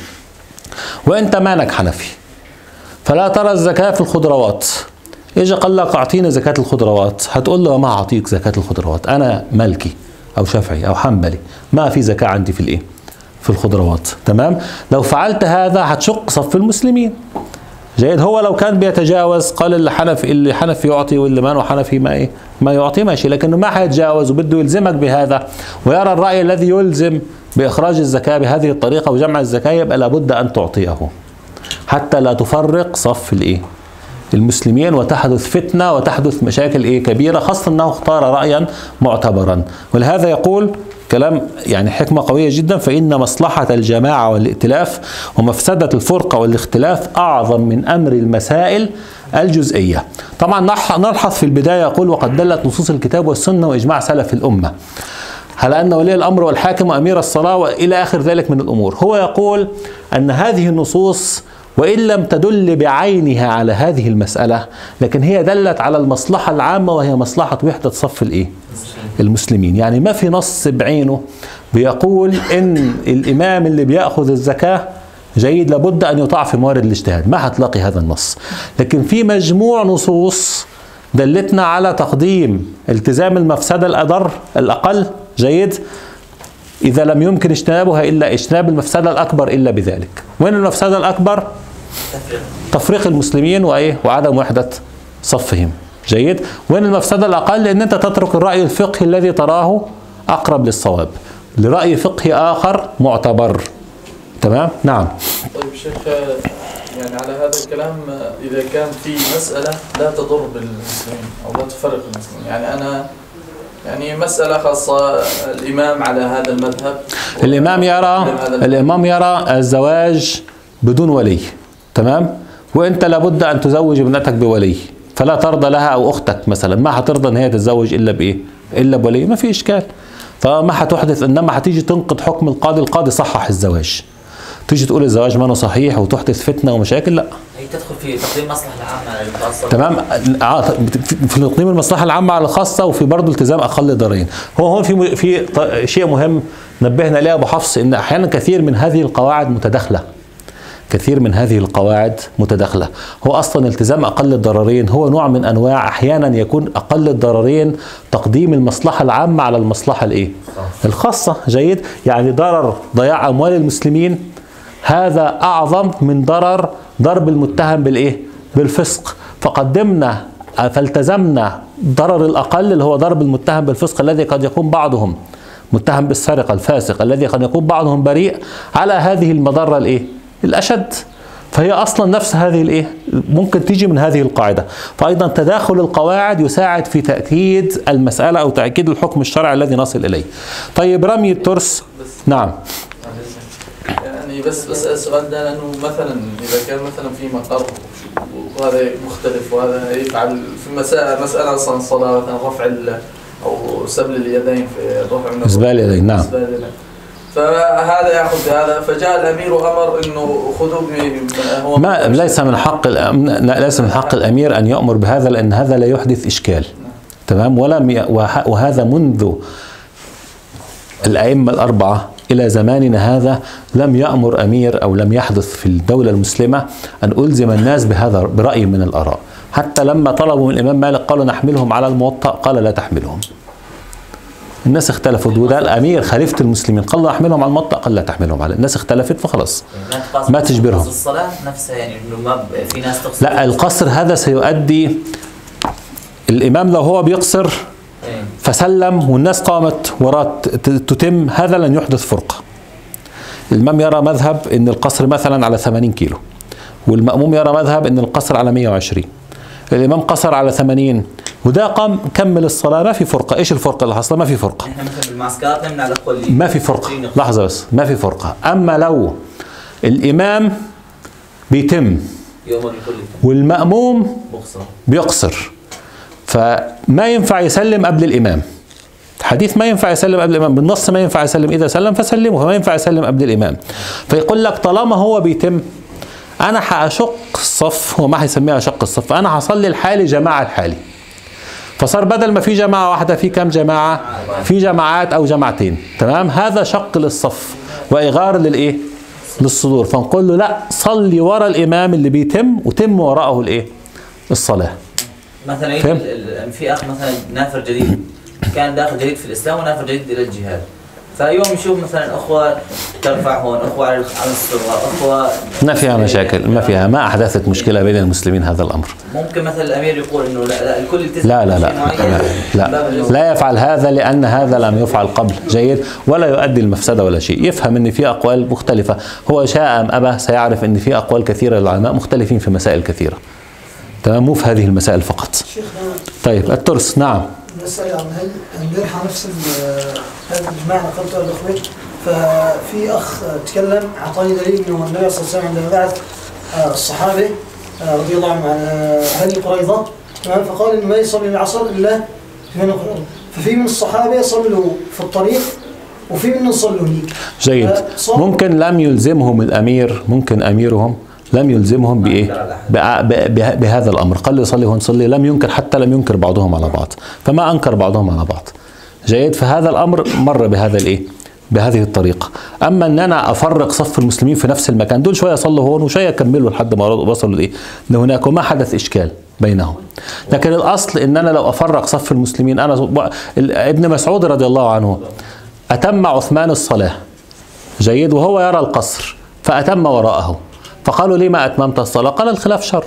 وانت مالك حنفي، فلا ترى الزكاه في الخضروات. اجى قال لك اعطيني زكاه الخضروات، هتقول له ما اعطيك زكاه الخضروات، انا مالكي او شافعي او حنبلي، ما في زكاه عندي في الايه في الخضروات. تمام؟ لو فعلت هذا هتشق صف المسلمين. جيد. هو لو كان بيتجاوز قال اللي حنفي اللي حنفي يعطي واللي ما حنفي ما ايه ما يعطي ماشي، لكنه ما حيتجاوز وبده يلزمك بهذا، ويرى الرأي الذي يلزم بإخراج الزكاة بهذه الطريقة وجمع الزكاة، يبقى لابد أن تعطيه حتى لا تفرق صف الايه المسلمين وتحدث فتنة وتحدث مشاكل ايه كبيرة، خاصة انه اختار رأيا معتبرا. ولهذا يقول كلام يعني حكمة قوية جدا، فإن مصلحة الجماعة والائتلاف ومفسدة الفرقة والاختلاف أعظم من أمر المسائل الجزئية. طبعا نلحظ في البداية يقول وقد دلت نصوص الكتاب والسنة وإجماع سلف الأمة على أن ولي الأمر والحاكم وأمير الصلاة وإلى آخر ذلك من الأمور. هو يقول أن هذه النصوص وإن لم تدل بعينها على هذه المسألة، لكن هي دلت على المصلحة العامة وهي مصلحة وحدة صف الإيه؟ المسلمين. يعني ما في نص بعينه بيقول إن الإمام اللي بيأخذ الزكاة جيد لابد أن يطاع في موارد الاجتهاد، ما هتلاقي هذا النص. لكن في مجموع نصوص دلتنا على تقديم التزام المفسدة الأضر الأقل جيد، إذا لم يمكن اجتنابها إلا اجتناب المفسدة الأكبر إلا بذلك. وين المفسدة الأكبر؟ تفريق المسلمين وإيه وعدم وحدة صفهم جيد. وين المفسدة الأقل؟ إن أنت تترك الرأي الفقهي الذي تراه أقرب للصواب لرأي فقهي آخر معتبر. تمام؟ نعم. طيب شيخ، يعني على هذا الكلام إذا كان في مسألة لا تضر بالمسلمين أو لا تفرق المسلمين، يعني أنا يعني مسألة خاصة الإمام على هذا المذهب، الإمام يرى الإمام يرى الزواج بدون ولي، تمام؟ وأنت لابد أن تزوج ابنتك بولي، فلا ترضى لها أو أختك مثلا، ما هترضى أن هي تتزوج إلا بإيه؟ إلا بولي، ما في إشكال. فما هتحدث، إنما هتيجي تنقض حكم القاضي، القاضي صحح الزواج، تيجي تقول الزواج ما صحيح وتحدث فتنة ومشاكل، لا. هي تدخل في تقديم المصلحة العامة على الخاصة. تمام، في تقديم المصلحة العامة على الخاصة، وفي برضه التزام أقل ضررين. هو هون في في شيء مهم نبهنا عليه أبو حفص، إن أحيانا كثير من هذه القواعد متداخلة. كثير من هذه القواعد متداخلة. هو أصلا التزام أقل الضررين هو نوع من أنواع، أحيانا يكون أقل الضررين تقديم المصلحة العامة على المصلحة الإيه؟ الخاصة جيد. يعني ضرر ضياع أموال المسلمين هذا أعظم من ضرر ضرب المتهم بالإيه؟ بالفسق. فقدمنا فالتزمنا ضرر الأقل اللي هو ضرب المتهم بالفسق الذي قد يكون بعضهم متهم بالسرقة الفاسق الذي قد يكون بعضهم بريء، على هذه المضرة الإيه؟ الأشد. فهي أصلا نفس هذه الإيه؟ ممكن تيجي من هذه القاعدة. فأيضا تداخل القواعد يساعد في تأكيد المسألة أو تأكيد الحكم الشرعي الذي نصل إليه. طيب رمي الترس، نعم. يعني بس بس السؤال ده، لأنه مثلا إذا كان مثلا في مقر وهذا مختلف وهذا يفعل في مسألة مسألة مثلا صلاة مثلا رفع أو سبل اليدين في الرفع من إسبال اليدين نعم. فهذا ياخذ هذا، فجاء الامير وامر انه خذوه هو ما ليس من حق ليس من حق الامير ان يامر بهذا، لان هذا لا يحدث اشكال. تمام. ولم وهذا منذ الائمه الاربعه الى زماننا هذا لم يامر امير او لم يحدث في الدوله المسلمه ان الزم الناس بهذا براي من الاراء. حتى لما طلبوا من الامام مالك قالوا نحملهم على الموطأ، قال لا تحملهم. الناس اختلفوا، وده الامير خليفه المسلمين قال له احملهم على الموطأ، قال لا تحملهم على. الناس اختلفت فخلاص ما تجبرهم. الصلاه نفسها يعني انه ما في ناس تقصر. لا، القصر هذا سيؤدي الامام لو هو بيقصر فسلم والناس قامت وراء تتم، هذا لن يحدث فرقه. الامام يرى مذهب ان القصر مثلا على ثمانين كيلو، والمأموم يرى مذهب ان القصر على مئة وعشرين. الامام قصر على ثمانين وده قام كمل الصلاه، ما في فرقه. ايش الفرقه اللي حصل؟ ما في فرقه. احنا مثلا بالمعسكرات نمنع الاخوه ما في فرقه. لحظه بس، ما في فرقه. اما لو الامام بيتم والمأموم بيقصر فما ينفع يسلم قبل الامام. حديث ما ينفع يسلم قبل الامام بالنص، ما ينفع يسلم، اذا سلم فسلمه، فما ينفع يسلم قبل الامام. فيقول لك طالما هو بيتم انا هاشق الصف، هو ما هيسميها شق الصف، انا هصلي الحالي جماعه الحالي. فصار بدل ما في جماعه واحده في كم جماعه؟ في جماعات او جماعتين. تمام. هذا شق للصف واغار للايه؟ للصدور. فنقول له لا، صلي ورا الامام اللي بيتم وتم وراءه الايه؟ الصلاه. مثلا في اخ مثلا نافر جديد كان داخل جديد في الاسلام ونافر جديد الى الجهاد، فيوم يشوف مثلا اخوه ترفع هون، اخوه على الصغرى، اخوه ما فيها مشاكل، ما فيها، ما احدثت مشكله بين المسلمين هذا الامر. ممكن مثلا الامير يقول انه لا, لا الكل يلتزم. لا لا لا لا, لا, لا يفعل هذا لان هذا لم يفعل قبل. جيد. ولا يؤدي المفسده ولا شيء. يفهم ان في اقوال مختلفه، هو شاء ام ابى سيعرف ان في اقوال كثيره للعلماء مختلفين في مسائل كثيره. تمام. مو في هذه المسائل فقط. طيب الترس. نعم. مسألة عن هل بيرحى نفس هذا الإجماع نقلته الأخوة، ففي أخ تكلم أعطاني دليل إنه النبي صلى الله عليه وسلم عندما بعث الصحابة رضي الله عنهم عن أهل قريظة، تمام، فقال إنه ما يصلي العصر إلا في بني قريظة، ففي من الصحابة صلوا في الطريق وفي منهم صلوا هنيك. جيد. ممكن لم يلزمهم الأمير، ممكن أميرهم لم يلزمهم بإيه؟ بهذا الأمر. قال له صلي هون صلي، لم ينكر، حتى لم ينكر بعضهم على بعض، فما أنكر بعضهم على بعض. جيد. فهذا الأمر مر بهذا الإيه؟ بهذه الطريقة. أما أن أنا أفرق صف المسلمين في نفس المكان، دول شوية صلوا هون وشوية كملوا لحد ما وصلوا لإيه؟ لهناك، وما حدث إشكال بينهم. لكن الأصل أن أنا لو أفرق صف المسلمين، أنا ابن مسعود رضي الله عنه أتم عثمان الصلاة. جيد. وهو يرى القصر فأتم وراءه، فقالوا ليه ما أتممت الصلاة؟ قال الخلاف شر.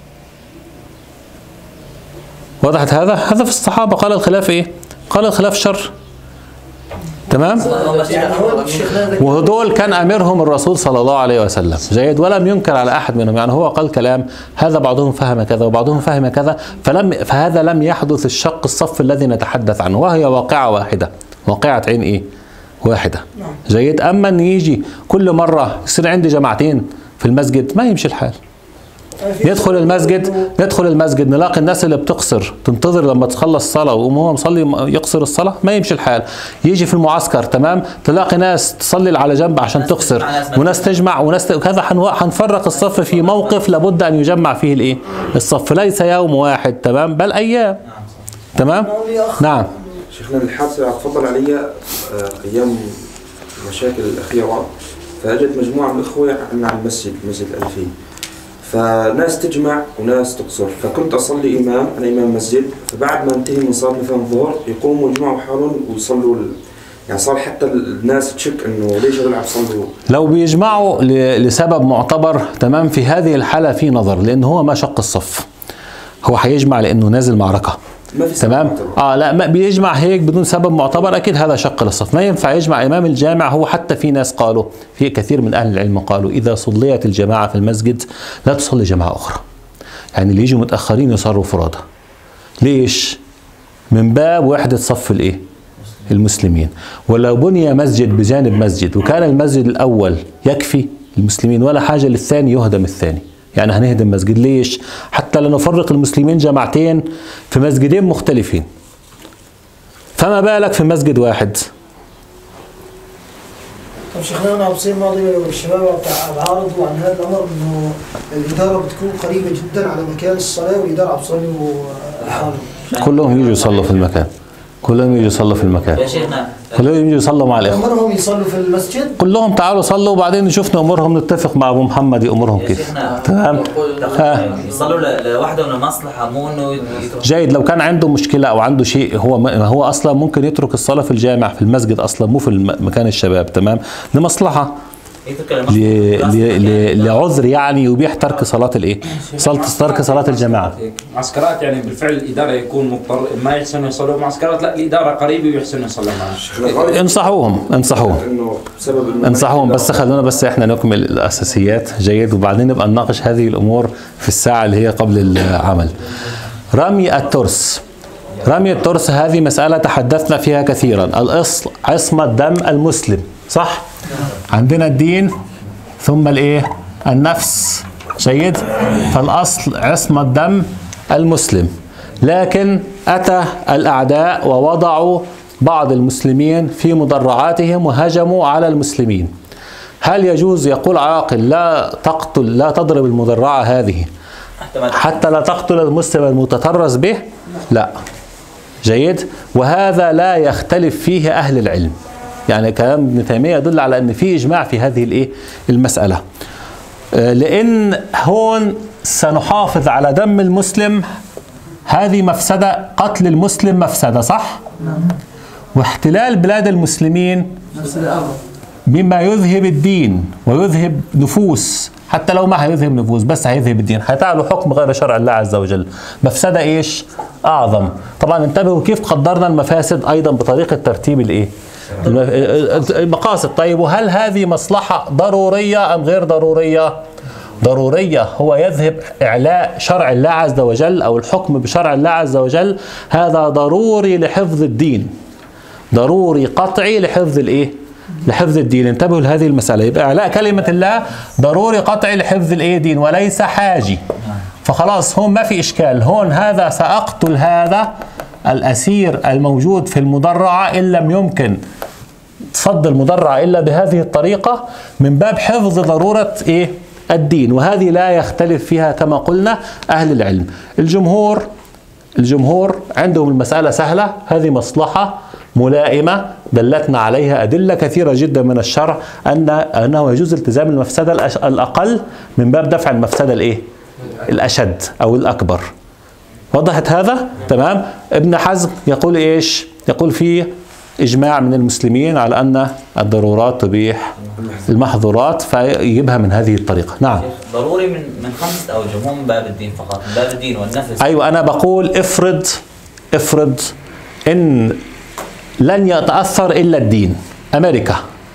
وضحت هذا؟ هذا في الصحابة قال الخلاف إيه؟ قال الخلاف شر. تمام؟ وهدول كان أميرهم الرسول صلى الله عليه وسلم. جيد. ولم ينكر على أحد منهم، يعني هو قال كلام، هذا بعضهم فهم كذا وبعضهم فهم كذا، فلم فهذا لم يحدث الشق الصف الذي نتحدث عنه، وهي واقعة واحدة، واقعة عين إيه؟ واحدة. جيد. أما أن يجي كل مرة يصير عندي جماعتين في المسجد، ما يمشي الحال. ندخل المسجد ندخل المسجد نلاقي الناس اللي بتقصر تنتظر لما تخلص صلاة ويقوم هو مصلي يقصر الصلاة، ما يمشي الحال. يجي في المعسكر تمام تلاقي ناس تصلي على جنب عشان تقصر، وناس تجمع وناس كذا. حنفرق الصف في موقف لابد ان يجمع فيه الايه؟ الصف، ليس يوم واحد. تمام. بل ايام. تمام. نعم. شيخنا الحادثة تفضل علي ايام المشاكل الاخيرة، فاجت مجموعة من الاخوة عندنا على المسجد، مسجد الألفين، فناس تجمع وناس تقصر، فكنت اصلي امام، انا امام مسجد، فبعد ما انتهي من صلاه مثلا الظهر يقوموا يجمعوا حالهم ويصلوا، يعني صار حتى الناس تشك انه ليش هذول عم يصلوا. لو بيجمعوا لسبب معتبر تمام، في هذه الحاله في نظر، لانه هو ما شق الصف، هو هيجمع لانه نازل معركه. ما في تمام. اه لا، ما بيجمع هيك بدون سبب معتبر، اكيد هذا شق للصف. ما ينفع يجمع امام الجامع. هو حتى في ناس قالوا، في كثير من اهل العلم قالوا اذا صليت الجماعه في المسجد لا تصلي جماعه اخرى، يعني اللي يجوا متاخرين يصلوا فرادى. ليش؟ من باب وحده صف الايه؟ المسلمين. ولو بني مسجد بجانب مسجد وكان المسجد الاول يكفي المسلمين ولا حاجه للثاني، يهدم الثاني، يعني هنهدم مسجد ليش؟ حتى لا نفرق المسلمين جماعتين في مسجدين مختلفين، فما بالك في مسجد واحد. طب شيخنا انا بصير ماضي والشباب بعارضوا عن هذا الامر انه الاداره بتكون قريبه جدا على مكان الصلاه والاداره عم تصلوا حالهم. كلهم يجوا يصلوا في المكان. كلهم يجوا يصلوا في المكان. يا شيخنا كلهم يجوا يصلوا مع الاخوه. امرهم يصلوا في المسجد؟ كلهم تعالوا صلوا وبعدين نشوف نامرهم، نتفق مع ابو محمد يامرهم كيف. تمام؟ يصلوا لوحدهم لمصلحه مو انه جيد. لو كان عنده مشكله او عنده شيء، هو هو اصلا ممكن يترك الصلاه في الجامع في المسجد اصلا، مو في مكان الشباب. تمام؟ لمصلحه، لعذر يعني يبيح ترك صلاه الايه؟ صلاه ترك صلاه الجماعه. معسكرات يعني بالفعل الاداره يكون مضطر ما يحسن يصلوا معسكرات، لا الاداره قريبه ويحسن يصلوا معها. انصحوهم انصحوهم انصحوهم بس خلونا بس احنا نكمل الاساسيات. جيد. وبعدين نبقى نناقش هذه الامور في الساعه اللي هي قبل العمل. رمي الترس. رمي الترس هذه مساله تحدثنا فيها كثيرا. الاصل عصمه دم المسلم، صح؟ عندنا الدين ثم الايه؟ النفس. جيد. فالاصل عصمه دم المسلم، لكن اتى الاعداء ووضعوا بعض المسلمين في مدرعاتهم وهجموا على المسلمين. هل يجوز يقول عاقل لا تقتل لا تضرب المدرعه هذه حتى لا تقتل المسلم المتطرس به؟ لا. جيد. وهذا لا يختلف فيه اهل العلم، يعني كلام ابن تيمية يدل على أن في إجماع في هذه الإيه؟ المسألة. لأن هون سنحافظ على دم المسلم، هذه مفسدة، قتل المسلم مفسدة، صح؟ واحتلال بلاد المسلمين بما يذهب الدين ويذهب نفوس، حتى لو ما هيذهب نفوس بس هيذهب الدين، هيتعلوا حكم غير شرع الله عز وجل. مفسدة إيش؟ أعظم. طبعا انتبهوا كيف قدرنا المفاسد أيضا بطريقة ترتيب الإيه؟ المقاصد. طيب وهل هذه مصلحة ضرورية أم غير ضرورية؟ ضرورية. هو يذهب إعلاء شرع الله عز وجل أو الحكم بشرع الله عز وجل، هذا ضروري لحفظ الدين، ضروري قطعي لحفظ الإيه؟ لحفظ الدين. انتبهوا لهذه المسألة. يبقى إعلاء كلمة الله ضروري قطعي لحفظ الإيه؟ دين، وليس حاجي. فخلاص هون ما في إشكال. هون هذا سأقتل هذا الأسير الموجود في المدرعة إن لم يمكن صد المدرعة إلا بهذه الطريقة، من باب حفظ ضرورة إيه؟ الدين. وهذه لا يختلف فيها كما قلنا أهل العلم. الجمهور الجمهور عندهم المسألة سهلة، هذه مصلحة ملائمة دلتنا عليها أدلة كثيرة جدا من الشرع أن أنه يجوز التزام المفسدة الأقل من باب دفع المفسدة الإيه؟ الأشد أو الأكبر. وضحت هذا؟ تمام. ابن حزم يقول ايش؟ يقول فيه اجماع من المسلمين على ان الضرورات تبيح المحظورات، فيجيبها من هذه الطريقه. نعم. ضروري من من خمسه اوجه، مو من باب الدين فقط، من باب الدين والنفس. ايوه انا بقول افرض افرض ان لن يتاثر الا الدين. امريكا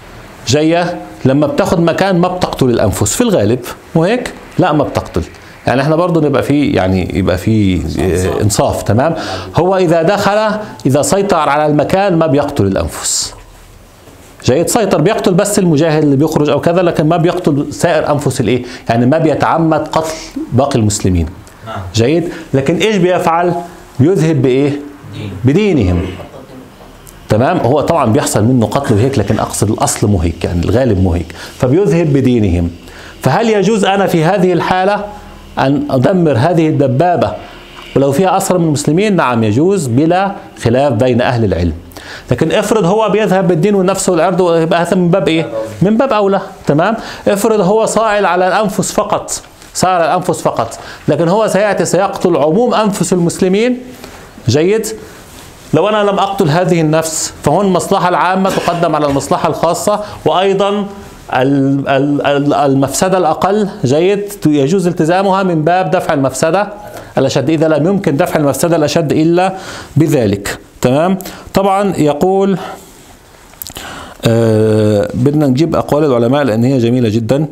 جايه لما بتاخذ مكان ما بتقتل الانفس في الغالب، مو هيك؟ لا ما بتقتل. يعني احنا برضه نبقى في يعني يبقى في انصاف. تمام. هو اذا دخل اذا سيطر على المكان ما بيقتل الانفس. جيد. سيطر بيقتل بس المجاهد اللي بيخرج او كذا، لكن ما بيقتل سائر انفس الايه؟ يعني ما بيتعمد قتل باقي المسلمين. جيد. لكن ايش بيفعل؟ بيذهب بايه؟ بدينهم. تمام. هو طبعا بيحصل منه قتل وهيك، لكن اقصد الاصل مو هيك، يعني الغالب مو هيك. فبيذهب بدينهم. فهل يجوز انا في هذه الحاله أن أدمر هذه الدبابة ولو فيها أسرى من المسلمين؟ نعم يجوز بلا خلاف بين أهل العلم. لكن افرض هو بيذهب بالدين والنفس والعرض، يبقى هذا من باب إيه؟ من باب أولى. تمام. افرض هو صائل على الأنفس فقط، صار على الأنفس فقط، لكن هو سيأتي سيقتل عموم أنفس المسلمين. جيد. لو أنا لم أقتل هذه النفس فهون المصلحة العامة تقدم على المصلحة الخاصة، وأيضا المفسدة الأقل. جيد. يجوز التزامها من باب دفع المفسدة الأشد، إذا لم يمكن دفع المفسدة الأشد إلا بذلك. تمام. طبعا يقول آه بدنا نجيب أقوال العلماء لأن هي جميلة جدا.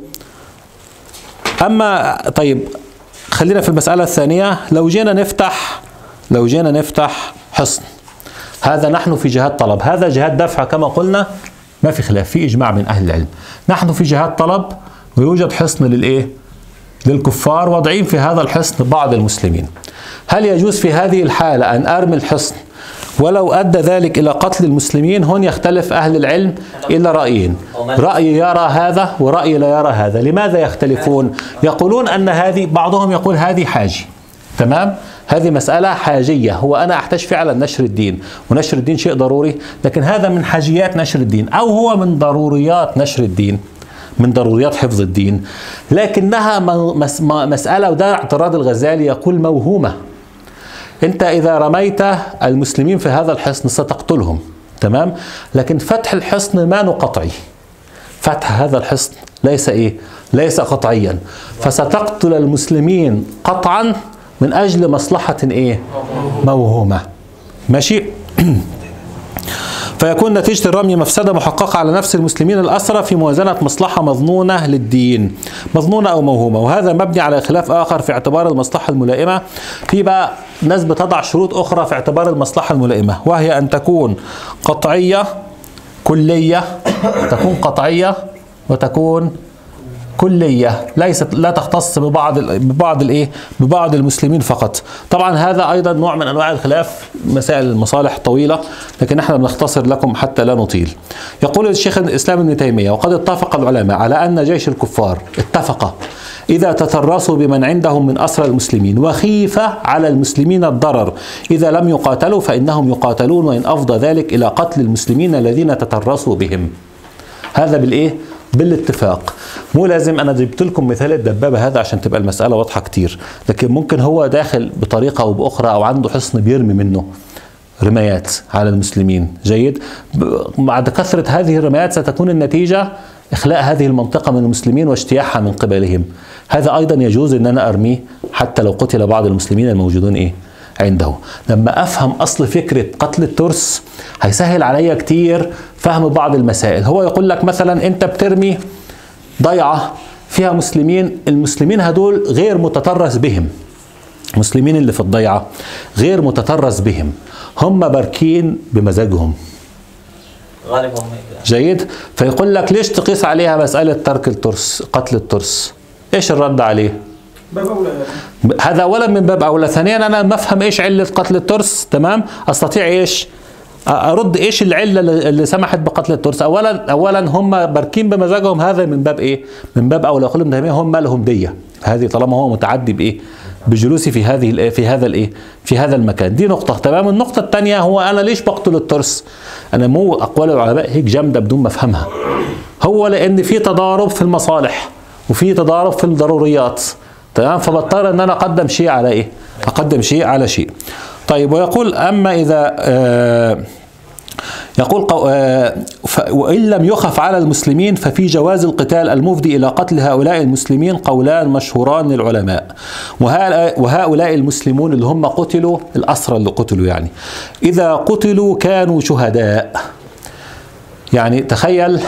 أما طيب خلينا في المسألة الثانية. لو جينا نفتح لو جينا نفتح حصن، هذا نحن في جهاد طلب، هذا جهاد دفع كما قلنا، ما في خلاف، في إجماع من أهل العلم. نحن في جهاد طلب ويوجد حصن للإيه؟ للكفار واضعين في هذا الحصن بعض المسلمين. هل يجوز في هذه الحالة أن أرمي الحصن ولو أدى ذلك إلى قتل المسلمين؟ هون يختلف أهل العلم إلى رأيين، رأي يرى هذا ورأي لا يرى هذا. لماذا يختلفون؟ يقولون أن هذه، بعضهم يقول هذه حاجة، تمام؟ هذه مسألة حاجية، هو أنا أحتاج فعلا نشر الدين، ونشر الدين شيء ضروري، لكن هذا من حاجيات نشر الدين، أو هو من ضروريات نشر الدين، من ضروريات حفظ الدين، لكنها مسألة، وده اعتراض الغزالي، يقول موهومة. أنت إذا رميت المسلمين في هذا الحصن ستقتلهم، تمام؟ لكن فتح الحصن ما قطعي، فتح هذا الحصن ليس إيه؟ ليس قطعيا، فستقتل المسلمين قطعا من أجل مصلحة إيه؟ موهومة. ماشي؟ فيكون نتيجة الرمي مفسدة محققة على نفس المسلمين الأسرى في موازنة مصلحة مظنونة للدين، مظنونة أو موهومة، وهذا مبني على خلاف آخر في اعتبار المصلحة الملائمة. في بقى ناس بتضع شروط أخرى في اعتبار المصلحة الملائمة، وهي أن تكون قطعية كلية، تكون قطعية وتكون كلية، ليست لا تختص ببعض ببعض الايه ببعض المسلمين فقط. طبعا هذا ايضا نوع من انواع الخلاف، مسائل المصالح طويلة، لكن احنا بنختصر لكم حتى لا نطيل. يقول الشيخ الاسلام ابن تيمية: وقد اتفق العلماء على ان جيش الكفار اتفق إذا تترسوا بمن عندهم من أسرى المسلمين وخيف على المسلمين الضرر إذا لم يقاتلوا فإنهم يقاتلون، وإن أفضى ذلك إلى قتل المسلمين الذين تترسوا بهم. هذا بالإيه؟ بالاتفاق. مو لازم، أنا جبت لكم مثال الدبابة هذا عشان تبقى المسألة واضحة كتير، لكن ممكن هو داخل بطريقة أو بأخرى، أو عنده حصن بيرمي منه رمايات على المسلمين. جيد؟ بعد كثرة هذه الرمايات ستكون النتيجة إخلاء هذه المنطقة من المسلمين واجتياحها من قبلهم. هذا أيضا يجوز أن أنا أرميه حتى لو قتل بعض المسلمين الموجودون إيه عنده. لما أفهم أصل فكرة قتل الترس هيسهل عليا كتير فهم بعض المسائل. هو يقول لك مثلا أنت بترمي ضيعة فيها مسلمين، المسلمين هدول غير متطرس بهم، المسلمين اللي في الضيعة غير متطرس بهم، هم باركين بمزاجهم. غالبا جيد؟ فيقول لك ليش تقيس عليها مسألة ترك الترس، قتل الترس؟ ايش الرد عليه؟ باب أولى. هذا أولا من باب أولى. ثانيا أنا ما أفهم إيش علة قتل الترس، تمام؟ أستطيع إيش؟ أرد إيش العلة اللي سمحت بقتل الترس؟ أولا أولا هم باركين بمزاجهم، هذا من باب إيه؟ من باب أولى. يقول ابن تيمية هم لهم دية، هذه طالما هو متعدي بإيه؟ بجلوسي في هذه في هذا الإيه؟ في هذا المكان. دي نقطة، تمام؟ النقطة الثانية هو أنا ليش بقتل الترس؟ أنا مو أقوال العلماء هيك جامدة بدون ما أفهمها. هو لأن في تضارب في المصالح وفي تضارب في الضروريات، تمام؟ فبضطر ان انا اقدم شيء على ايه؟ اقدم شيء على شيء. طيب، ويقول اما اذا آه يقول آه وان لم يخف على المسلمين ففي جواز القتال المفضي الى قتل هؤلاء المسلمين قولان مشهوران للعلماء. وهؤلاء المسلمون اللي هم قتلوا، الاسرى اللي قتلوا يعني، اذا قتلوا كانوا شهداء. يعني تخيل،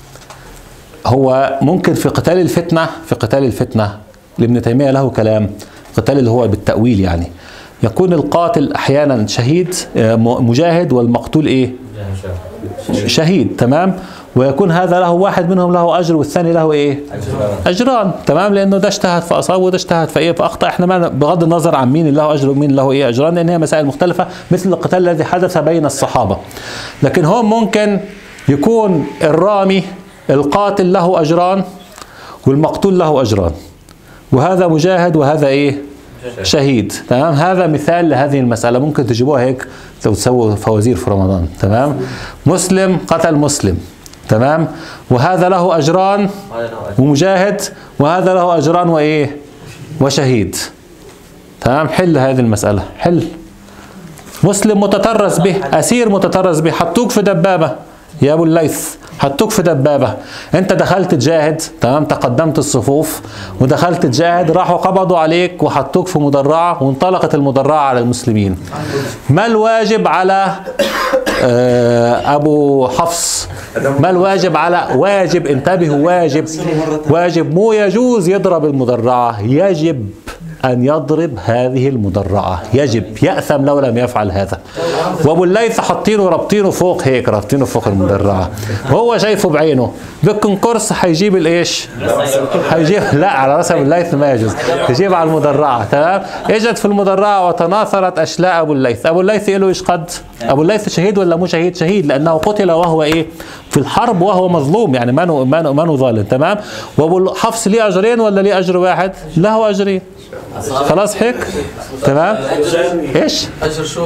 هو ممكن في قتال الفتنة، في قتال الفتنة لابن تيمية له كلام، قتال اللي هو بالتأويل يعني، يكون القاتل أحيانا شهيد مجاهد والمقتول إيه؟ شهيد، تمام؟ ويكون هذا له واحد منهم له أجر والثاني له إيه؟ أجران، تمام؟ لأنه ده اجتهد فأصاب وده اجتهد فإيه فأخطأ. إحنا ما بغض النظر عن مين له أجر ومين له إيه أجران، لأن هي مسائل مختلفة مثل القتال الذي حدث بين الصحابة. لكن هو ممكن يكون الرامي القاتل له أجران والمقتول له أجران، وهذا مجاهد وهذا إيه؟ شهيد، تمام؟ هذا مثال لهذه المسألة، ممكن تجيبوها هيك لو تسووا فوازير في رمضان، تمام؟ مسلم قتل مسلم، تمام؟ وهذا له أجران ومجاهد، وهذا له أجران وإيه؟ وشهيد، تمام؟ حل هذه المسألة، حل. مسلم متطرس به، أسير متطرس به، حطوك في دبابة يا أبو الليث، حطوك في دبابة، انت دخلت تجاهد، تمام؟ تقدمت الصفوف ودخلت تجاهد، راحوا قبضوا عليك وحطوك في مدرعة وانطلقت المدرعة على المسلمين. ما الواجب على آه ابو حفص؟ ما الواجب على واجب؟ انتبهوا، واجب واجب، مو يجوز يضرب المدرعة، يجب أن يضرب هذه المدرعة، يجب يأثم لو لم يفعل هذا. وأبو الليث حاطينه رابطينه فوق هيك، رابطينه فوق المدرعة وهو شايفه بعينه. بالكونكورس هيجيب الإيش؟ هيجيب لا على رأس أبو الليث ما يجوز، يجيب على المدرعة. تمام. اجت في المدرعة وتناثرت أشلاء أبو الليث. أبو الليث له إيش قد؟ أبو الليث شهيد ولا مو شهيد؟ شهيد، لأنه قتل وهو إيه؟ في الحرب وهو مظلوم، يعني ما ما ما ظالم. تمام. وأبو حفص ليه أجرين ولا ليه أجر واحد؟ له أجرين. خلاص هيك؟ تمام؟ ايش؟ اجر شو؟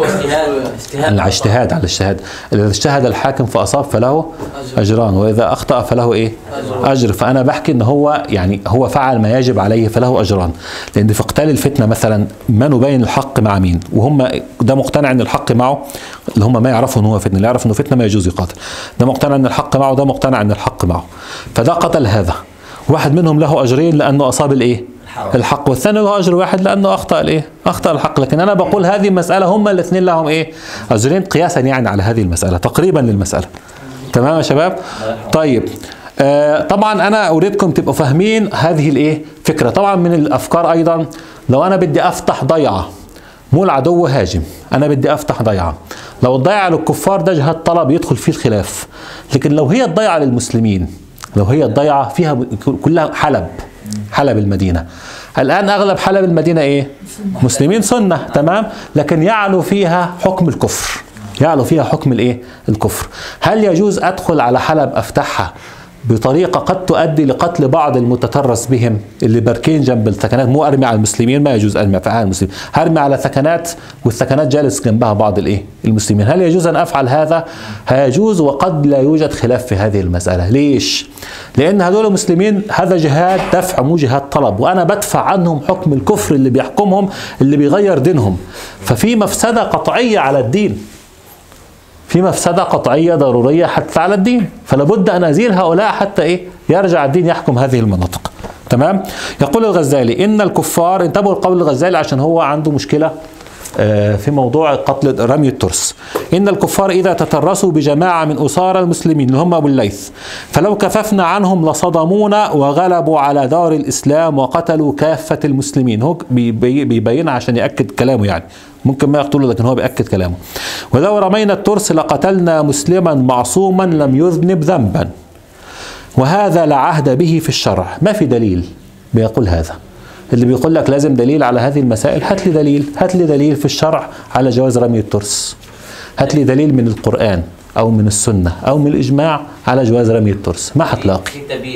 الاجتهاد على الاجتهاد، اذا اجتهد الحاكم فاصاب فله اجران، واذا اخطا فله ايه؟ اجر. فانا بحكي ان هو يعني هو فعل ما يجب عليه فله اجران، لان في قتال الفتنه مثلا ما نبين الحق مع مين، وهم ده مقتنع ان الحق معه، اللي هم ما يعرفوا ان هو فتنه، اللي يعرف انه فتنه ما يجوز يقاتل، ده مقتنع ان الحق معه، ده مقتنع ان الحق معه، فده قتل هذا، واحد منهم له اجرين لانه اصاب الايه؟ الحق، والثاني له اجر واحد لانه اخطا الايه؟ اخطا الحق. لكن انا بقول هذه المساله هم الاثنين لهم ايه؟ اجرين قياسا يعني على هذه المساله، تقريبا للمساله. تمام يا شباب؟ طيب آه طبعا انا اريدكم تبقوا فاهمين هذه الايه؟ فكره. طبعا من الافكار ايضا لو انا بدي افتح ضيعه، مو العدو هاجم، انا بدي افتح ضيعه، لو الضيعه للكفار ده جهاد طلب يدخل فيه الخلاف، لكن لو هي الضيعه للمسلمين، لو هي الضيعه فيها كلها حلب، حلب المدينة الآن أغلب حلب المدينة إيه؟ مسلمين سنة. تمام. لكن يعلو فيها حكم الكفر، يعلو فيها حكم الإيه؟ الكفر. هل يجوز أدخل على حلب أفتحها بطريقة قد تؤدي لقتل بعض المتترس بهم اللي باركين جنب الثكنات؟ مو أرمي على المسلمين، ما يجوز أرمي على المسلمين، هرمي على ثكنات والثكنات جالس جنبها بعض الإيه؟ المسلمين. هل يجوز أن أفعل هذا؟ هيجوز، وقد لا يوجد خلاف في هذه المسألة. ليش؟ لأن هذول مسلمين، هذا جهاد دفع مو جهاد طلب، وأنا بدفع عنهم حكم الكفر اللي بيحكمهم، اللي بيغير دينهم، ففي مفسدة قطعية على الدين، في مفسدة قطعية ضرورية حتى على الدين، فلا بد أن أزيل هؤلاء حتى إيه؟ يرجع الدين يحكم هذه المناطق. تمام؟ يقول الغزالي إن الكفار، انتبهوا لقول الغزالي عشان هو عنده مشكلة في موضوع قتل رمي الترس. إن الكفار إذا تترسوا بجماعة من أسارى المسلمين اللي هم أبو الليث، فلو كففنا عنهم لصدمونا وغلبوا على دار الإسلام وقتلوا كافة المسلمين. هو بيبينها عشان يأكد كلامه، يعني ممكن ما يقتله لكن هو بيأكد كلامه. ولو رمينا الترس لقتلنا مسلما معصوما لم يذنب ذنبا، وهذا لا عهد به في الشرع. ما في دليل بيقول هذا. اللي بيقول لك لازم دليل على هذه المسائل، هات لي دليل، هات لي دليل في الشرع على جواز رمي الترس، هات لي دليل من القرآن أو من السنة أو من الإجماع على جواز رمي الترس، ما هتلاقي.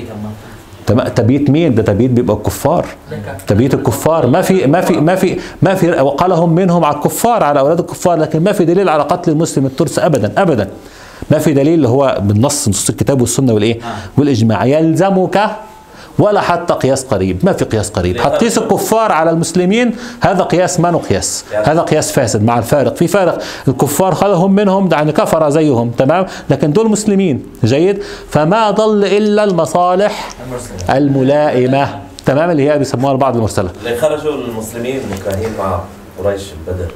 تبييت مين؟ ده تبييت بيبقى الكفار، تبييت الكفار، ما في ما في ما في ما في وقالهم منهم على الكفار، على أولاد الكفار، لكن ما في دليل على قتل المسلم الترس أبدا أبدا، ما في دليل اللي هو بالنص، نصوص الكتاب والسنة والإيه؟ والإجماع. يلزمك ولا حتى قياس قريب، ما في قياس قريب. هتقيس الكفار على المسلمين، هذا قياس ما قياس، هذا قياس فاسد مع الفارق، في فارق. الكفار خلهم منهم يعني كفر زيهم، تمام، لكن دول مسلمين، جيد. فما ضل الا المصالح الملائمه، تمام، اللي هي بيسموها البعض المرسله. اللي خرجوا المسلمين مكاهين مع قريش بدر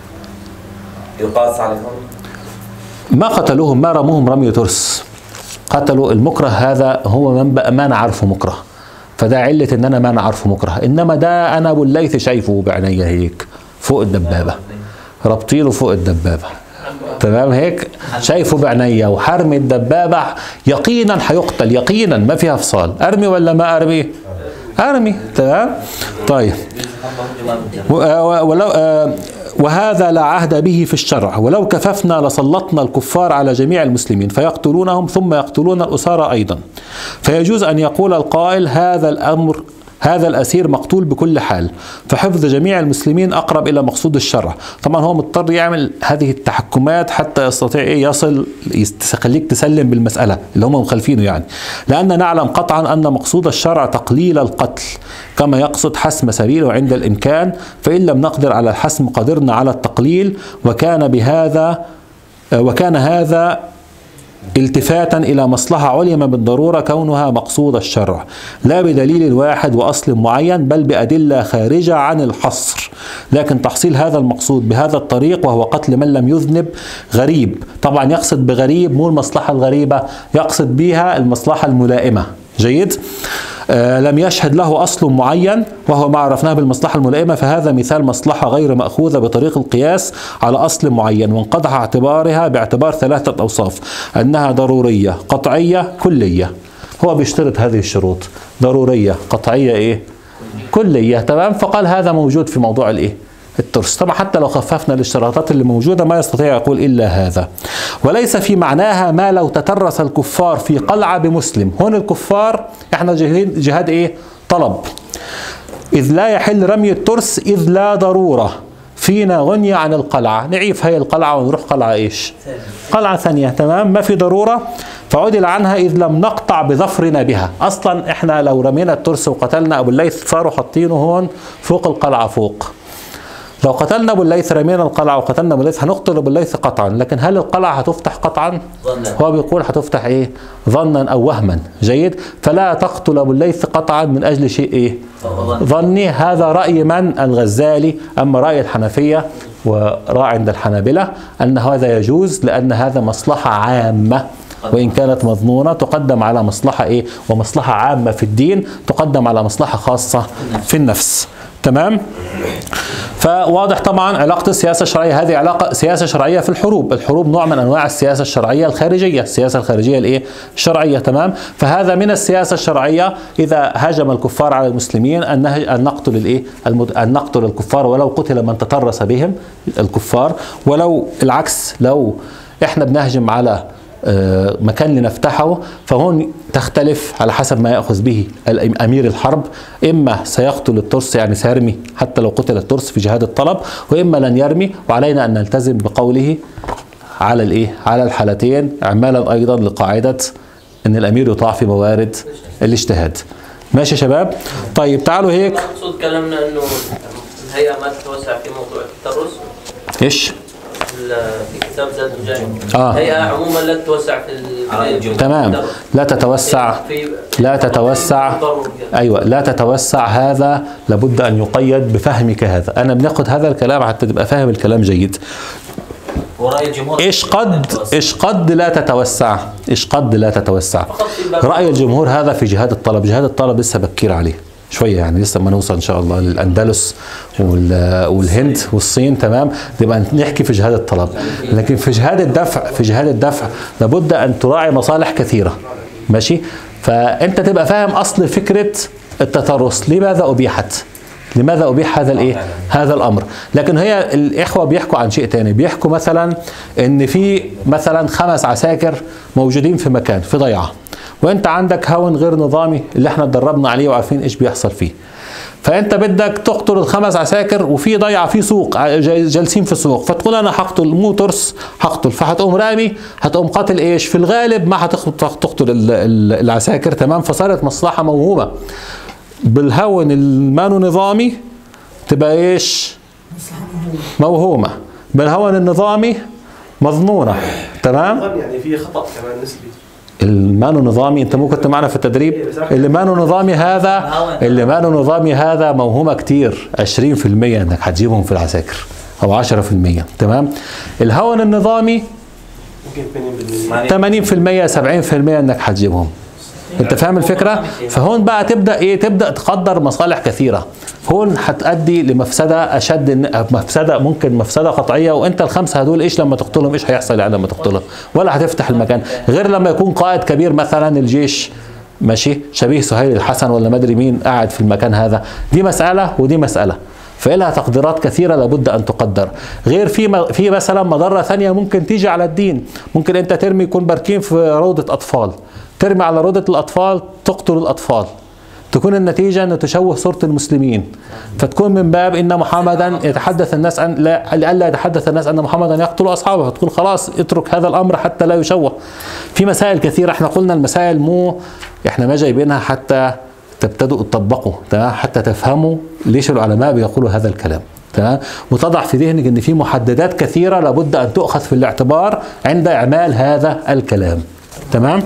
يقاس عليهم؟ ما قتلوهم، ما رموهم رمي ترس، قتلوا المكره. هذا هو من ما نعرفه مكره، فده علة ان انا ما نعرفه مكره. انما ده انا ابو الليث شايفه بعينيا هيك فوق الدبابه، رابطينه فوق الدبابه، تمام، هيك شايفه بعينيا، وحرمي الدبابه يقينا هيقتل، يقينا ما فيها فصال. ارمي ولا ما ارمي؟ ارمي، تمام. طيب ولو آه وهذا لا عهد به في الشرع، ولو كففنا لسلطنا الكفار على جميع المسلمين فيقتلونهم ثم يقتلون الأسارى أيضا. فيجوز أن يقول القائل هذا الأمر، هذا الأسير مقتول بكل حال، فحفظ جميع المسلمين أقرب إلى مقصود الشرع. طبعا هو مضطر يعمل هذه التحكمات حتى يستطيع إيه يصل، يخليك تسلم بالمسألة اللي هم مخالفينه، يعني لأن نعلم قطعا أن مقصود الشرع تقليل القتل كما يقصد حسم سبيله عند الإمكان، فإن لم نقدر على الحسم قدرنا على التقليل، وكان بهذا وكان هذا التفاتا إلى مصلحة علم بالضرورة كونها مقصود الشرع، لا بدليل واحد وأصل معين، بل بأدلة خارجة عن الحصر. لكن تحصيل هذا المقصود بهذا الطريق وهو قتل من لم يذنب غريب. طبعا يقصد بغريب مو المصلحة الغريبة، يقصد بها المصلحة الملائمة، جيد. آه لم يشهد له أصل معين وهو ما عرفناه بالمصلحة الملائمة، فهذا مثال مصلحة غير مأخوذة بطريق القياس على أصل معين، وانقطع اعتبارها باعتبار ثلاثة أوصاف: أنها ضرورية، قطعية، كلية. هو بيشترط هذه الشروط: ضرورية، قطعية، إيه؟ كلية. تمام. فقال هذا موجود في موضوع الإيه؟ الترس. طبعا حتى لو خففنا الاشتراطات اللي موجودة ما يستطيع يقول إلا هذا. وليس في معناها ما لو تترس الكفار في قلعة بمسلم. هون الكفار احنا جهاد, جهاد ايه؟ طلب. إذ لا يحل رمي الترس إذ لا ضرورة فينا غنية عن القلعة، نعيف هي القلعة ونروح قلعة ايش؟ قلعة ثانية. تمام. ما في ضرورة فعدل عنها إذ لم نقطع بظفرنا بها. أصلا احنا لو رمينا الترس وقتلنا أبو الليث صاروا حاطينه هون فوق القلعة فوق. لو قتلنا ابو الليث، رمينا القلعه وقتلنا ابو الليث، هنقتل ابو الليث قطعا، لكن هل القلعه هتفتح قطعا؟ ظنا. هو بيقول هتفتح ايه؟ ظنا او وهما. جيد. فلا تقتل ابو الليث قطعا من اجل شيء ايه؟ ظني. هذا راي من؟ الغزالي. اما راي الحنفيه وراي عند الحنابله ان هذا يجوز، لان هذا مصلحه عامه وإن كانت مظنونة تقدم على مصلحة إيه؟ ومصلحة عامة في الدين تقدم على مصلحة خاصة في النفس. تمام. فواضح طبعا علاقة السياسة الشرعية، هذه علاقة سياسة شرعية في الحروب. الحروب نوع من أنواع السياسة الشرعية الخارجية، السياسة الخارجية الإيه؟ الشرعية. تمام. فهذا من السياسة الشرعية إذا هاجم الكفار على المسلمين أن أن نقتل الإيه؟ أن نقتل الكفار ولو قتل من تطرس بهم الكفار، ولو العكس لو إحنا بنهجم على مكان لنفتحه، فهون تختلف على حسب ما يأخذ به أمير الحرب. إما سيقتل الترس يعني سيرمي حتى لو قتل الترس في جهاد الطلب، وإما لن يرمي، وعلينا أن نلتزم بقوله على الإيه؟ على الحالتين، إعمالا أيضا لقاعدة أن الأمير يطاع في موارد الاجتهاد. ماشي يا شباب؟ طيب تعالوا هيك. مقصود كلامنا أنه الهيئة ما تتوسع في موضوع الترس. إيش؟ في كتاب زاد مجاهد. آه. هيئة عموما لا تتوسع في تمام. لا تتوسع لا تتوسع ايوه لا تتوسع. هذا لابد ان يقيد بفهمك هذا. انا بناخد هذا الكلام حتى تبقى فاهم الكلام جيد. ورأي الجمهور ايش قد ايش قد لا تتوسع ايش قد لا تتوسع رأي الجمهور هذا في جهاد الطلب. جهاد الطلب لسه بكير عليه شويه، يعني لسه ما نوصل ان شاء الله للاندلس والهند والصين. تمام. نبقى نحكي في جهاد الطلب، لكن في جهاد الدفع في جهاد الدفع لابد ان تراعي مصالح كثيره. ماشي. فانت تبقى فاهم اصل فكره التترس، لماذا ابيحت؟ لماذا ابيح هذا الايه؟ هذا الامر. لكن هي الاخوه بيحكوا عن شيء ثاني، بيحكوا مثلا ان في مثلا خمس عساكر موجودين في مكان في ضيعه، وانت عندك هون غير نظامي اللي احنا اتدربنا عليه وعارفين ايش بيحصل فيه. فانت بدك تقتل الخمس عساكر وفي ضيعه في سوق جالسين في السوق، فتقول انا هقتل مو ترس هقتل، فهتقوم رامي هتقوم قاتل ايش؟ في الغالب ما هتقتل العساكر. تمام. فصارت مصلحه موهومه. بالهون المانو نظامي تبقى ايش؟ موهومه. بالهون النظامي مظنونه. تمام. يعني في خطا كمان نسبي. المانو نظامي انت مو كنت معنا في التدريب؟ اللي مانو نظامي هذا اللي مانو نظامي هذا موهومه كتير، عشرين في المية انك هتجيبهم في العساكر او عشرة في المية. تمام. الهون النظامي ثمانين في المية سبعين في المية انك هتجيبهم. انت فاهم الفكره؟ فهون بقى تبدا ايه؟ تبدا تقدر مصالح كثيره. هون هتؤدي لمفسده اشد، مفسده ممكن مفسده قطعيه، وانت الخمسه هدول ايش لما تقتلهم؟ ايش هيحصل يعني لما تقتلهم؟ ولا هتفتح المكان، غير لما يكون قائد كبير مثلا الجيش ماشي شبيه سهيل الحسن ولا ما ادري مين قاعد في المكان هذا. دي مساله ودي مساله، فإلها تقديرات كثيرة لابد أن تقدر. غير في في مثلا مضرة ثانية ممكن تيجي على الدين. ممكن أنت ترمي يكون باركين في روضة أطفال، ترمي على روضة الأطفال تقتل الأطفال، تكون النتيجة أن تشوه صورة المسلمين، فتكون من باب إن محمدا يتحدث الناس أن لا لئلا يتحدث الناس أن محمدا يقتل أصحابه، فتقول خلاص اترك هذا الأمر حتى لا يشوه. في مسائل كثيرة، احنا قلنا المسائل مو احنا ما جايبينها حتى تبتدوا تطبقوا، تمام، حتى تفهموا ليش العلماء بيقولوا هذا الكلام، تمام، وتضع في ذهنك ان في محددات كثيرة لابد ان تؤخذ في الاعتبار عند اعمال هذا الكلام، تمام.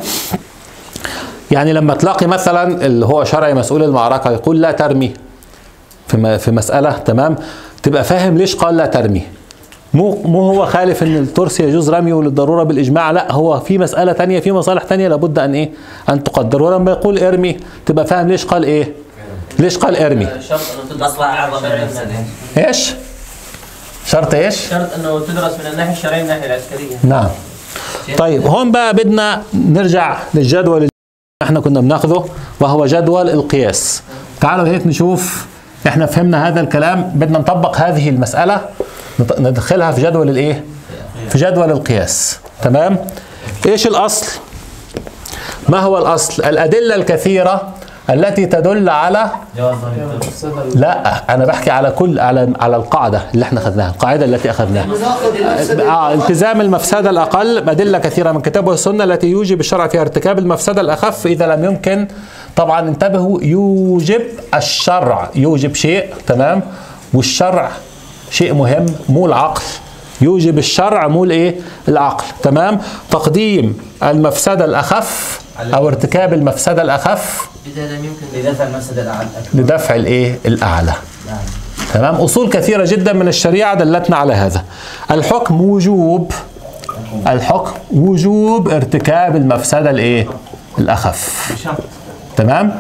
يعني لما تلاقي مثلا اللي هو شرعي مسؤول المعركة يقول لا ترمي في في مسألة، تمام، تبقى فاهم ليش قال لا ترمي. مو مو هو خالف ان الترس يجوز رميه للضروره بالاجماع، لا هو في مساله ثانيه، في مصالح ثانيه لابد ان ايه ان تقدر. ولما يقول ارمي تبقى فاهم ليش قال ايه؟ ليش قال ارمي؟ شرط انه تدرس اعظم من المفسده. ايش؟ شرط ايش؟ شرط انه تدرس من الناحيه الشرعيه والناحيه العسكريه. نعم. طيب هون بقى بدنا نرجع للجدول اللي احنا كنا بناخذه وهو جدول القياس. تعالوا هيك نشوف، احنا فهمنا هذا الكلام، بدنا نطبق هذه المسألة ندخلها في جدول الايه؟ في جدول القياس. تمام؟ ايش الاصل؟ ما هو الاصل؟ الادلة الكثيرة التي تدل على لا انا بحكي على كل على على القاعده اللي احنا اخذناها، القاعده التي اخذناها اه التزام المفسده الاقل، ادله كثيره من الكتاب والسنه التي يوجب الشرع فيها ارتكاب المفسده الاخف اذا لم يمكن. طبعا انتبهوا، يوجب الشرع، يوجب شيء تمام، والشرع شيء مهم مو العقل، يوجب الشرع مو الايه؟ العقل. تمام؟ تقديم المفسده الاخف او ارتكاب المفسده الاخف اذا لم يمكن لدفع المفسده الاعلى لدفع الايه؟ الاعلى. نعم. تمام؟ اصول كثيره جدا من الشريعه دلتنا على هذا. الحكم وجوب، الحكم وجوب ارتكاب المفسده الايه؟ الاخف. تمام؟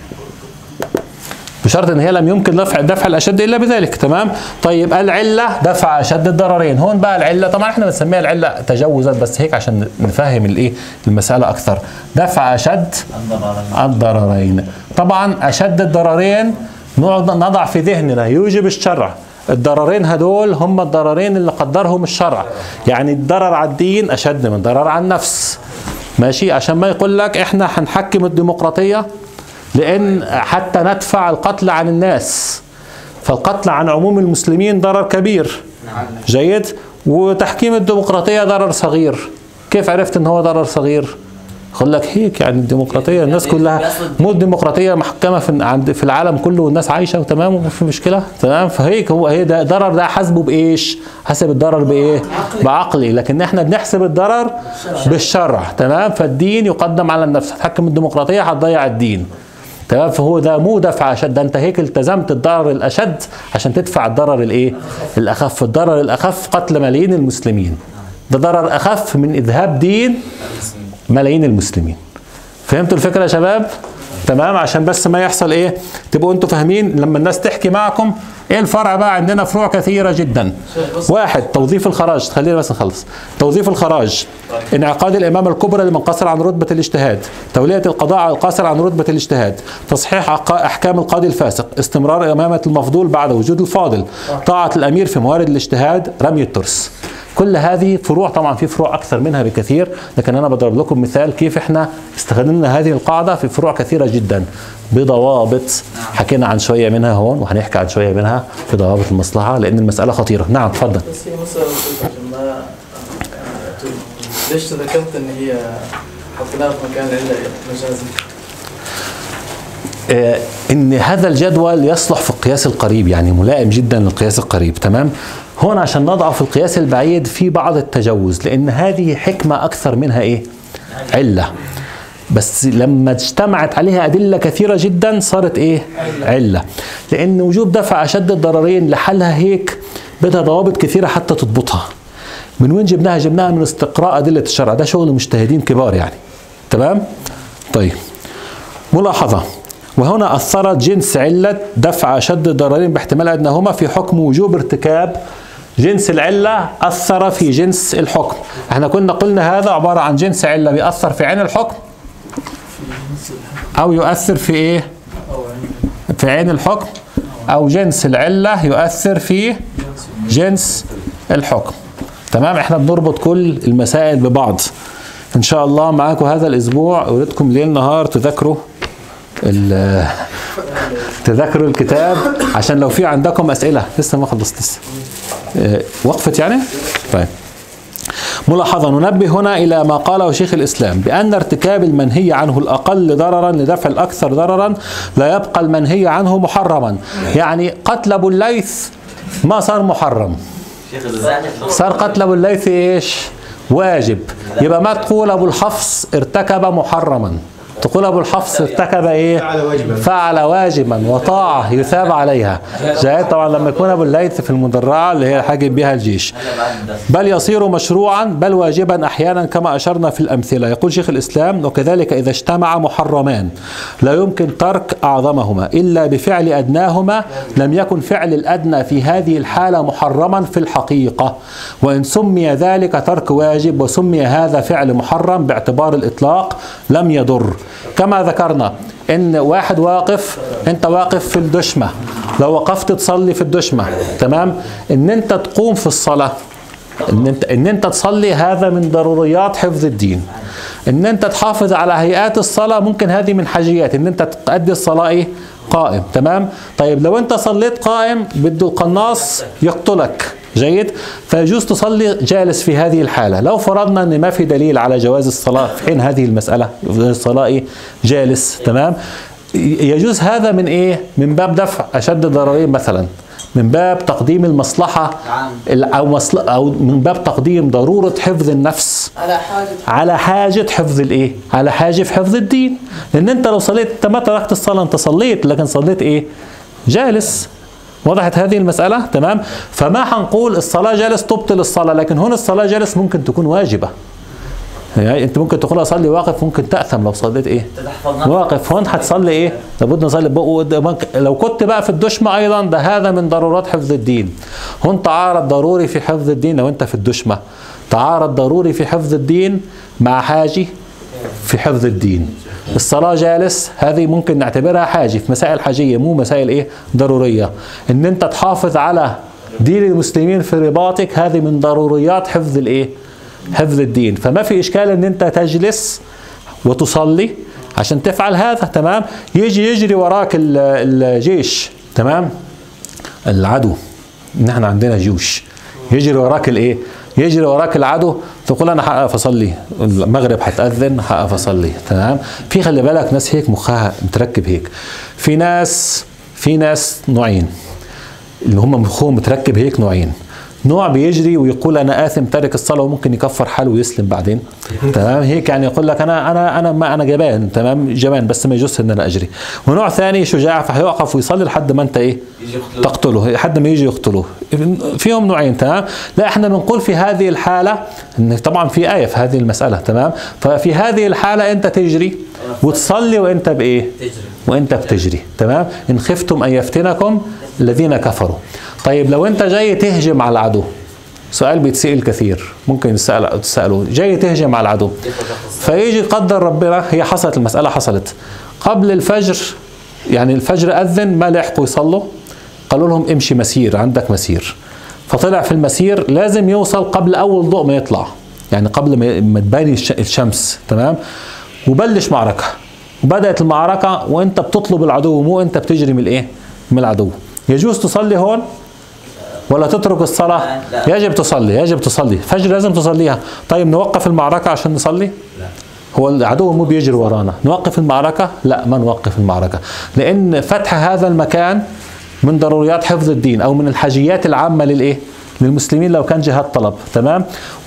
بشرط ان هي لم يمكن دفع دفع الاشد الا بذلك. تمام؟ طيب العله دفع اشد الضررين. هون بقى العله طبعا احنا بنسميها العله تجوزا بس هيك عشان نفهم الايه؟ المساله اكثر. دفع اشد الضررين. طبعا اشد الضررين نقعد نضع في ذهننا يوجب الشرع. الضررين هدول هم الضررين اللي قدرهم الشرع، يعني الضرر على الدين اشد من الضرر على النفس. ماشي؟ عشان ما يقول لك احنا هنحكم الديمقراطيه لأن حتى ندفع القتل عن الناس، فالقتل عن عموم المسلمين ضرر كبير. جيد؟ وتحكيم الديمقراطية ضرر صغير. كيف عرفت ان هو ضرر صغير؟ يقول لك هيك يعني الديمقراطية الناس كلها، مو الديمقراطية محكمة في عند في العالم كله والناس عايشة وتمام وما في مشكلة. تمام؟ فهيك هو هي ده ضرر، ده حسبه بايش؟ حسب الضرر بايه؟ بعقلي، لكن احنا بنحسب الضرر بالشرع. تمام؟ فالدين يقدم على النفس، هتحكم الديمقراطية هتضيع الدين. تمام؟ فهو ده مو دفع اشد، انت هيك التزمت الضرر الاشد عشان تدفع الضرر الايه؟ الاخف. الضرر الاخف قتل ملايين المسلمين، ده ضرر اخف من اذهاب دين ملايين المسلمين. فهمتوا الفكره يا شباب؟ تمام؟ عشان بس ما يحصل ايه؟ تبقوا انتوا فاهمين لما الناس تحكي معكم ايه الفرع. بقى عندنا فروع كثيره جدا. واحد، توظيف الخراج، خلينا بس نخلص. توظيف الخراج، انعقاد الامامه الكبرى لمن قصر عن رتبه الاجتهاد، توليه القضاء على القاصر عن رتبه الاجتهاد، تصحيح احكام القاضي الفاسق، استمرار امامه المفضول بعد وجود الفاضل، طاعه الامير في موارد الاجتهاد، رمي الترس. كل هذه فروع، طبعا في فروع اكثر منها بكثير، لكن انا بضرب لكم مثال كيف احنا استخدمنا هذه القاعده في فروع كثيره جدا بضوابط. حكينا عن شويه منها هون وهنحكي عن شويه منها في ضوابط المصلحه لان المساله خطيره. نعم تفضل. بس هي مساله عشان ما ليش ذكرت ان هي حطيناها في مكان العله مجازي؟ آه ان هذا الجدول يصلح في القياس القريب، يعني ملائم جدا للقياس القريب. تمام؟ هون عشان نضعه في القياس البعيد في بعض التجوز، لان هذه حكمه اكثر منها ايه؟ عله. بس لما اجتمعت عليها ادله كثيره جدا صارت ايه؟ عله. لان وجوب دفع اشد الضررين لحلها هيك بدها ضوابط كثيره حتى تضبطها. من وين جبناها؟ جبناها من استقراء ادله الشرع، ده شغل مجتهدين كبار يعني. تمام؟ طيب ملاحظه، وهنا أثرت جنس علة دفع أشد الضررين باحتمال أدناهما في حكم وجوب ارتكاب. جنس العلة أثر في جنس الحكم. احنا كنا قلنا هذا عبارة عن جنس علة بيأثر في عين الحكم أو يؤثر في إيه؟ في عين الحكم، أو جنس العلة يؤثر في جنس الحكم. تمام؟ احنا بنربط كل المسائل ببعض. إن شاء الله معاكم هذا الأسبوع أريدكم ليل نهار تذكروا تذكروا الكتاب عشان لو في عندكم أسئلة. لسه ما خلصت لسه. اه وقفت يعني؟ طيب. ملاحظة، ننبه هنا إلى ما قاله شيخ الإسلام بأن ارتكاب المنهي عنه الأقل ضررا لدفع الأكثر ضررا لا يبقى المنهي عنه محرما. يعني قتل أبو الليث ما صار محرم، صار قتل أبو الليث إيش؟ واجب. يبقى ما تقول أبو الحفص ارتكب محرما، تقول ابو الحفص ارتكب ايه؟ فعل واجبا وطاعه يثاب عليها. جاءت طبعا لما يكون ابو الليث في المدرعه اللي هي حاجب بها الجيش. بل يصير مشروعا بل واجبا احيانا كما اشرنا في الامثله. يقول شيخ الاسلام: وكذلك اذا اجتمع محرمان لا يمكن ترك اعظمهما الا بفعل ادناهما لم يكن فعل الادنى في هذه الحاله محرما في الحقيقه، وان سمي ذلك ترك واجب وسمي هذا فعل محرم باعتبار الاطلاق لم يضر. كما ذكرنا ان واحد واقف، انت واقف في الدشمه، لو وقفت تصلي في الدشمه تمام، ان انت تقوم في الصلاه، ان انت ان انت تصلي هذا من ضروريات حفظ الدين. ان انت تحافظ على هيئات الصلاه ممكن هذه من حاجيات، ان انت تؤدي الصلاه ايه؟ قائم. تمام. طيب لو انت صليت قائم بده القناص يقتلك، جيد، فيجوز تصلي جالس في هذه الحالة. لو فرضنا ان ما في دليل على جواز الصلاة في حين هذه المسألة، الصلاة ايه؟ جالس. تمام. يجوز هذا من ايه؟ من باب دفع اشد الضررين مثلا، من باب تقديم المصلحة او مصل... او من باب تقديم ضرورة حفظ النفس على حاجة على حاجة حفظ الايه؟ على حاجة في حفظ الدين. لان انت لو صليت، انت ما تركت الصلاة، انت صليت لكن صليت ايه؟ جالس. وضحت هذه المسألة؟ تمام. فما حنقول الصلاة جالس تبطل الصلاة، لكن هنا الصلاة جالس ممكن تكون واجبة. يعني انت ممكن تقول اصلي واقف، ممكن تأثم لو صليت ايه؟ واقف. هون حتصلي ايه؟ لابد نصلي. لو كنت بقى في الدشمة ايضا، ده هذا من ضرورات حفظ الدين. هون تعارض ضروري في حفظ الدين. لو انت في الدشمة تعارض ضروري في حفظ الدين مع حاجة في حفظ الدين. الصلاة جالس هذه ممكن نعتبرها حاجة في مسائل حاجية، مو مسائل ايه؟ ضرورية. ان انت تحافظ على دين المسلمين في رباطك، هذه من ضروريات حفظ الايه؟ حفظ الدين. فما في اشكال ان انت تجلس وتصلي عشان تفعل هذا. تمام. يجي يجري وراك الجيش، تمام، العدو، نحن عندنا جيوش، يجري وراك الايه؟ يجري وراك العدو، تقول انا هقف اصلي، المغرب هتأذن هقف اصلي. تمام. في خلي بالك ناس هيك مخها متركب هيك. في ناس في ناس نوعين اللي هم مخهم متركب هيك، نوعين. نوع بيجري ويقول انا آثم تارك الصلاه وممكن يكفر حاله ويسلم بعدين. تمام. هيك يعني يقول لك انا انا انا ما انا جبان، تمام، جبان بس ما يجوز ان انا اجري. ونوع ثاني شجاع فهيوقف ويصلي لحد ما انت ايه؟ تقتله، لحد ما يجي يقتله. فيهم نوعين. تمام. لا احنا بنقول في هذه الحاله ان طبعا في ايه في هذه المساله. تمام. ففي هذه الحاله انت تجري وتصلي وانت بايه؟ وانت بتجري. تمام. ان خفتم ان يفتنكم الذين كفروا. طيب لو انت جاي تهجم على العدو، سؤال بيتسأل كثير، ممكن تسألوا، جاي تهجم على العدو فيجي قدر ربنا، هي حصلت المسألة حصلت قبل الفجر، يعني الفجر أذن ما لحقوا يصلوا، قالوا لهم امشي مسير، عندك مسير. فطلع في المسير لازم يوصل قبل أول ضوء ما يطلع، يعني قبل ما تبان الشمس. تمام. وبلش معركة، وبدأت المعركة وانت بتطلب العدو، مو انت بتجري من الايه؟ من العدو. يجوز تصلي هون ولا تترك الصلاة؟ يجب تصلي، يجب تصلي، فجر لازم تصليها. طيب نوقف المعركة عشان نصلي؟ هو العدو مو بيجري ورانا، نوقف المعركة؟ لا، ما نوقف المعركة، لأن فتح هذا المكان من ضروريات حفظ الدين أو من الحاجيات العامة للإيه؟ للمسلمين لو كان جهاد طلب. تمام.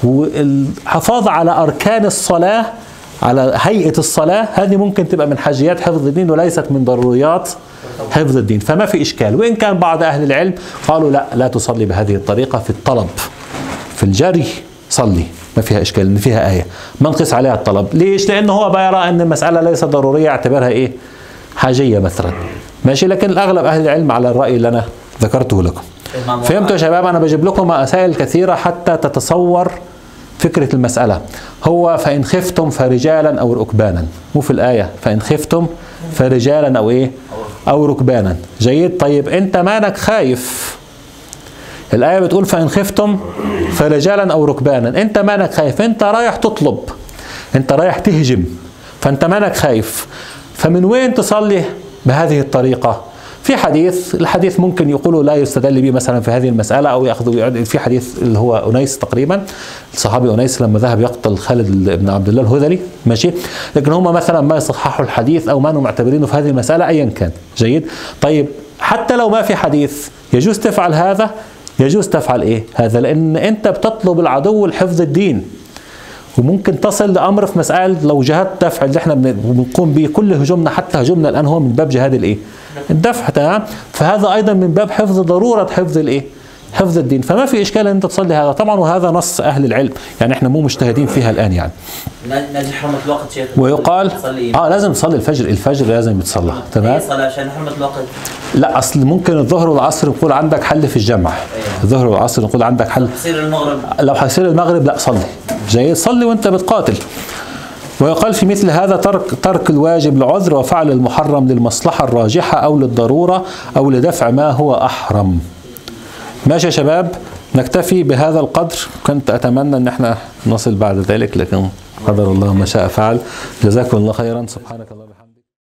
والحفاظ على أركان الصلاة، على هيئة الصلاة، هذه ممكن تبقى من حاجيات حفظ الدين وليست من ضروريات حفظ الدين. فما في إشكال. وإن كان بعض أهل العلم قالوا لا لا تصلي بهذه الطريقة في الطلب، في الجري صلي ما فيها إشكال، إن فيها آية ما نقيس عليها الطلب. ليش؟ لأنه هو بيرى أن المسألة ليست ضرورية، يعتبرها إيه؟ حاجية مثلا. ماشي. لكن الأغلب أهل العلم على الرأي اللي أنا ذكرته لكم. فهمتوا يا شباب؟ أنا بجيب لكم مسائل كثيرة حتى تتصور فكرة المسألة. هو فإن خفتم فرجالا أو ركبانا، مو في الآية فإن خفتم فرجالا أو إيه؟ أو ركبانا. جيد. طيب أنت مانك خايف، الآية بتقول فإن خفتم فرجالا أو ركبانا، أنت مانك خايف، أنت رايح تطلب، أنت رايح تهجم، فأنت مانك خايف، فمن وين تصلي بهذه الطريقة؟ في حديث، الحديث ممكن يقولوا لا يستدل به مثلا في هذه المسألة، أو يأخذوا في حديث اللي هو أنيس تقريبا، الصحابي أنيس لما ذهب يقتل خالد بن عبد الله الهذلي. ماشي. لكن هم مثلا ما يصححوا الحديث أو ما هم معتبرينه في هذه المسألة أيا كان. جيد. طيب حتى لو ما في حديث يجوز تفعل هذا، يجوز تفعل إيه؟ هذا لأن أنت بتطلب العدو لحفظ الدين، وممكن تصل لامر في مسائل لو جهاد دفع اللي احنا بنقوم به كل هجومنا حتى هجومنا الان هو من باب جهاد الايه؟ الدفع. تمام؟ فهذا ايضا من باب حفظ ضروره حفظ الايه؟ حفظ الدين. فما في اشكال ان انت تصلي هذا طبعا، وهذا نص اهل العلم يعني احنا مو مجتهدين فيها الان يعني. نجي حرمة الوقت شيخ. ويقال اه لازم تصلي الفجر، الفجر لازم يتصلى. تمام؟ صلاة عشان حرمة الوقت. لا اصل ممكن الظهر والعصر نقول عندك حل في الجمع. أيوة. الظهر والعصر نقول عندك حل. حيصير المغرب. لو حيصير المغرب لا صلي. جاي صلي وانت بتقاتل. ويقال في مثل هذا ترك ترك الواجب لعذر وفعل المحرم للمصلحة الراجحة أو للضرورة أو لدفع ما هو أحرم. ماشي يا شباب، نكتفي بهذا القدر. كنت أتمنى أن احنا نصل بعد ذلك لكن قدر الله ما شاء فعل. جزاكم الله خيرا. سبحانك اللهم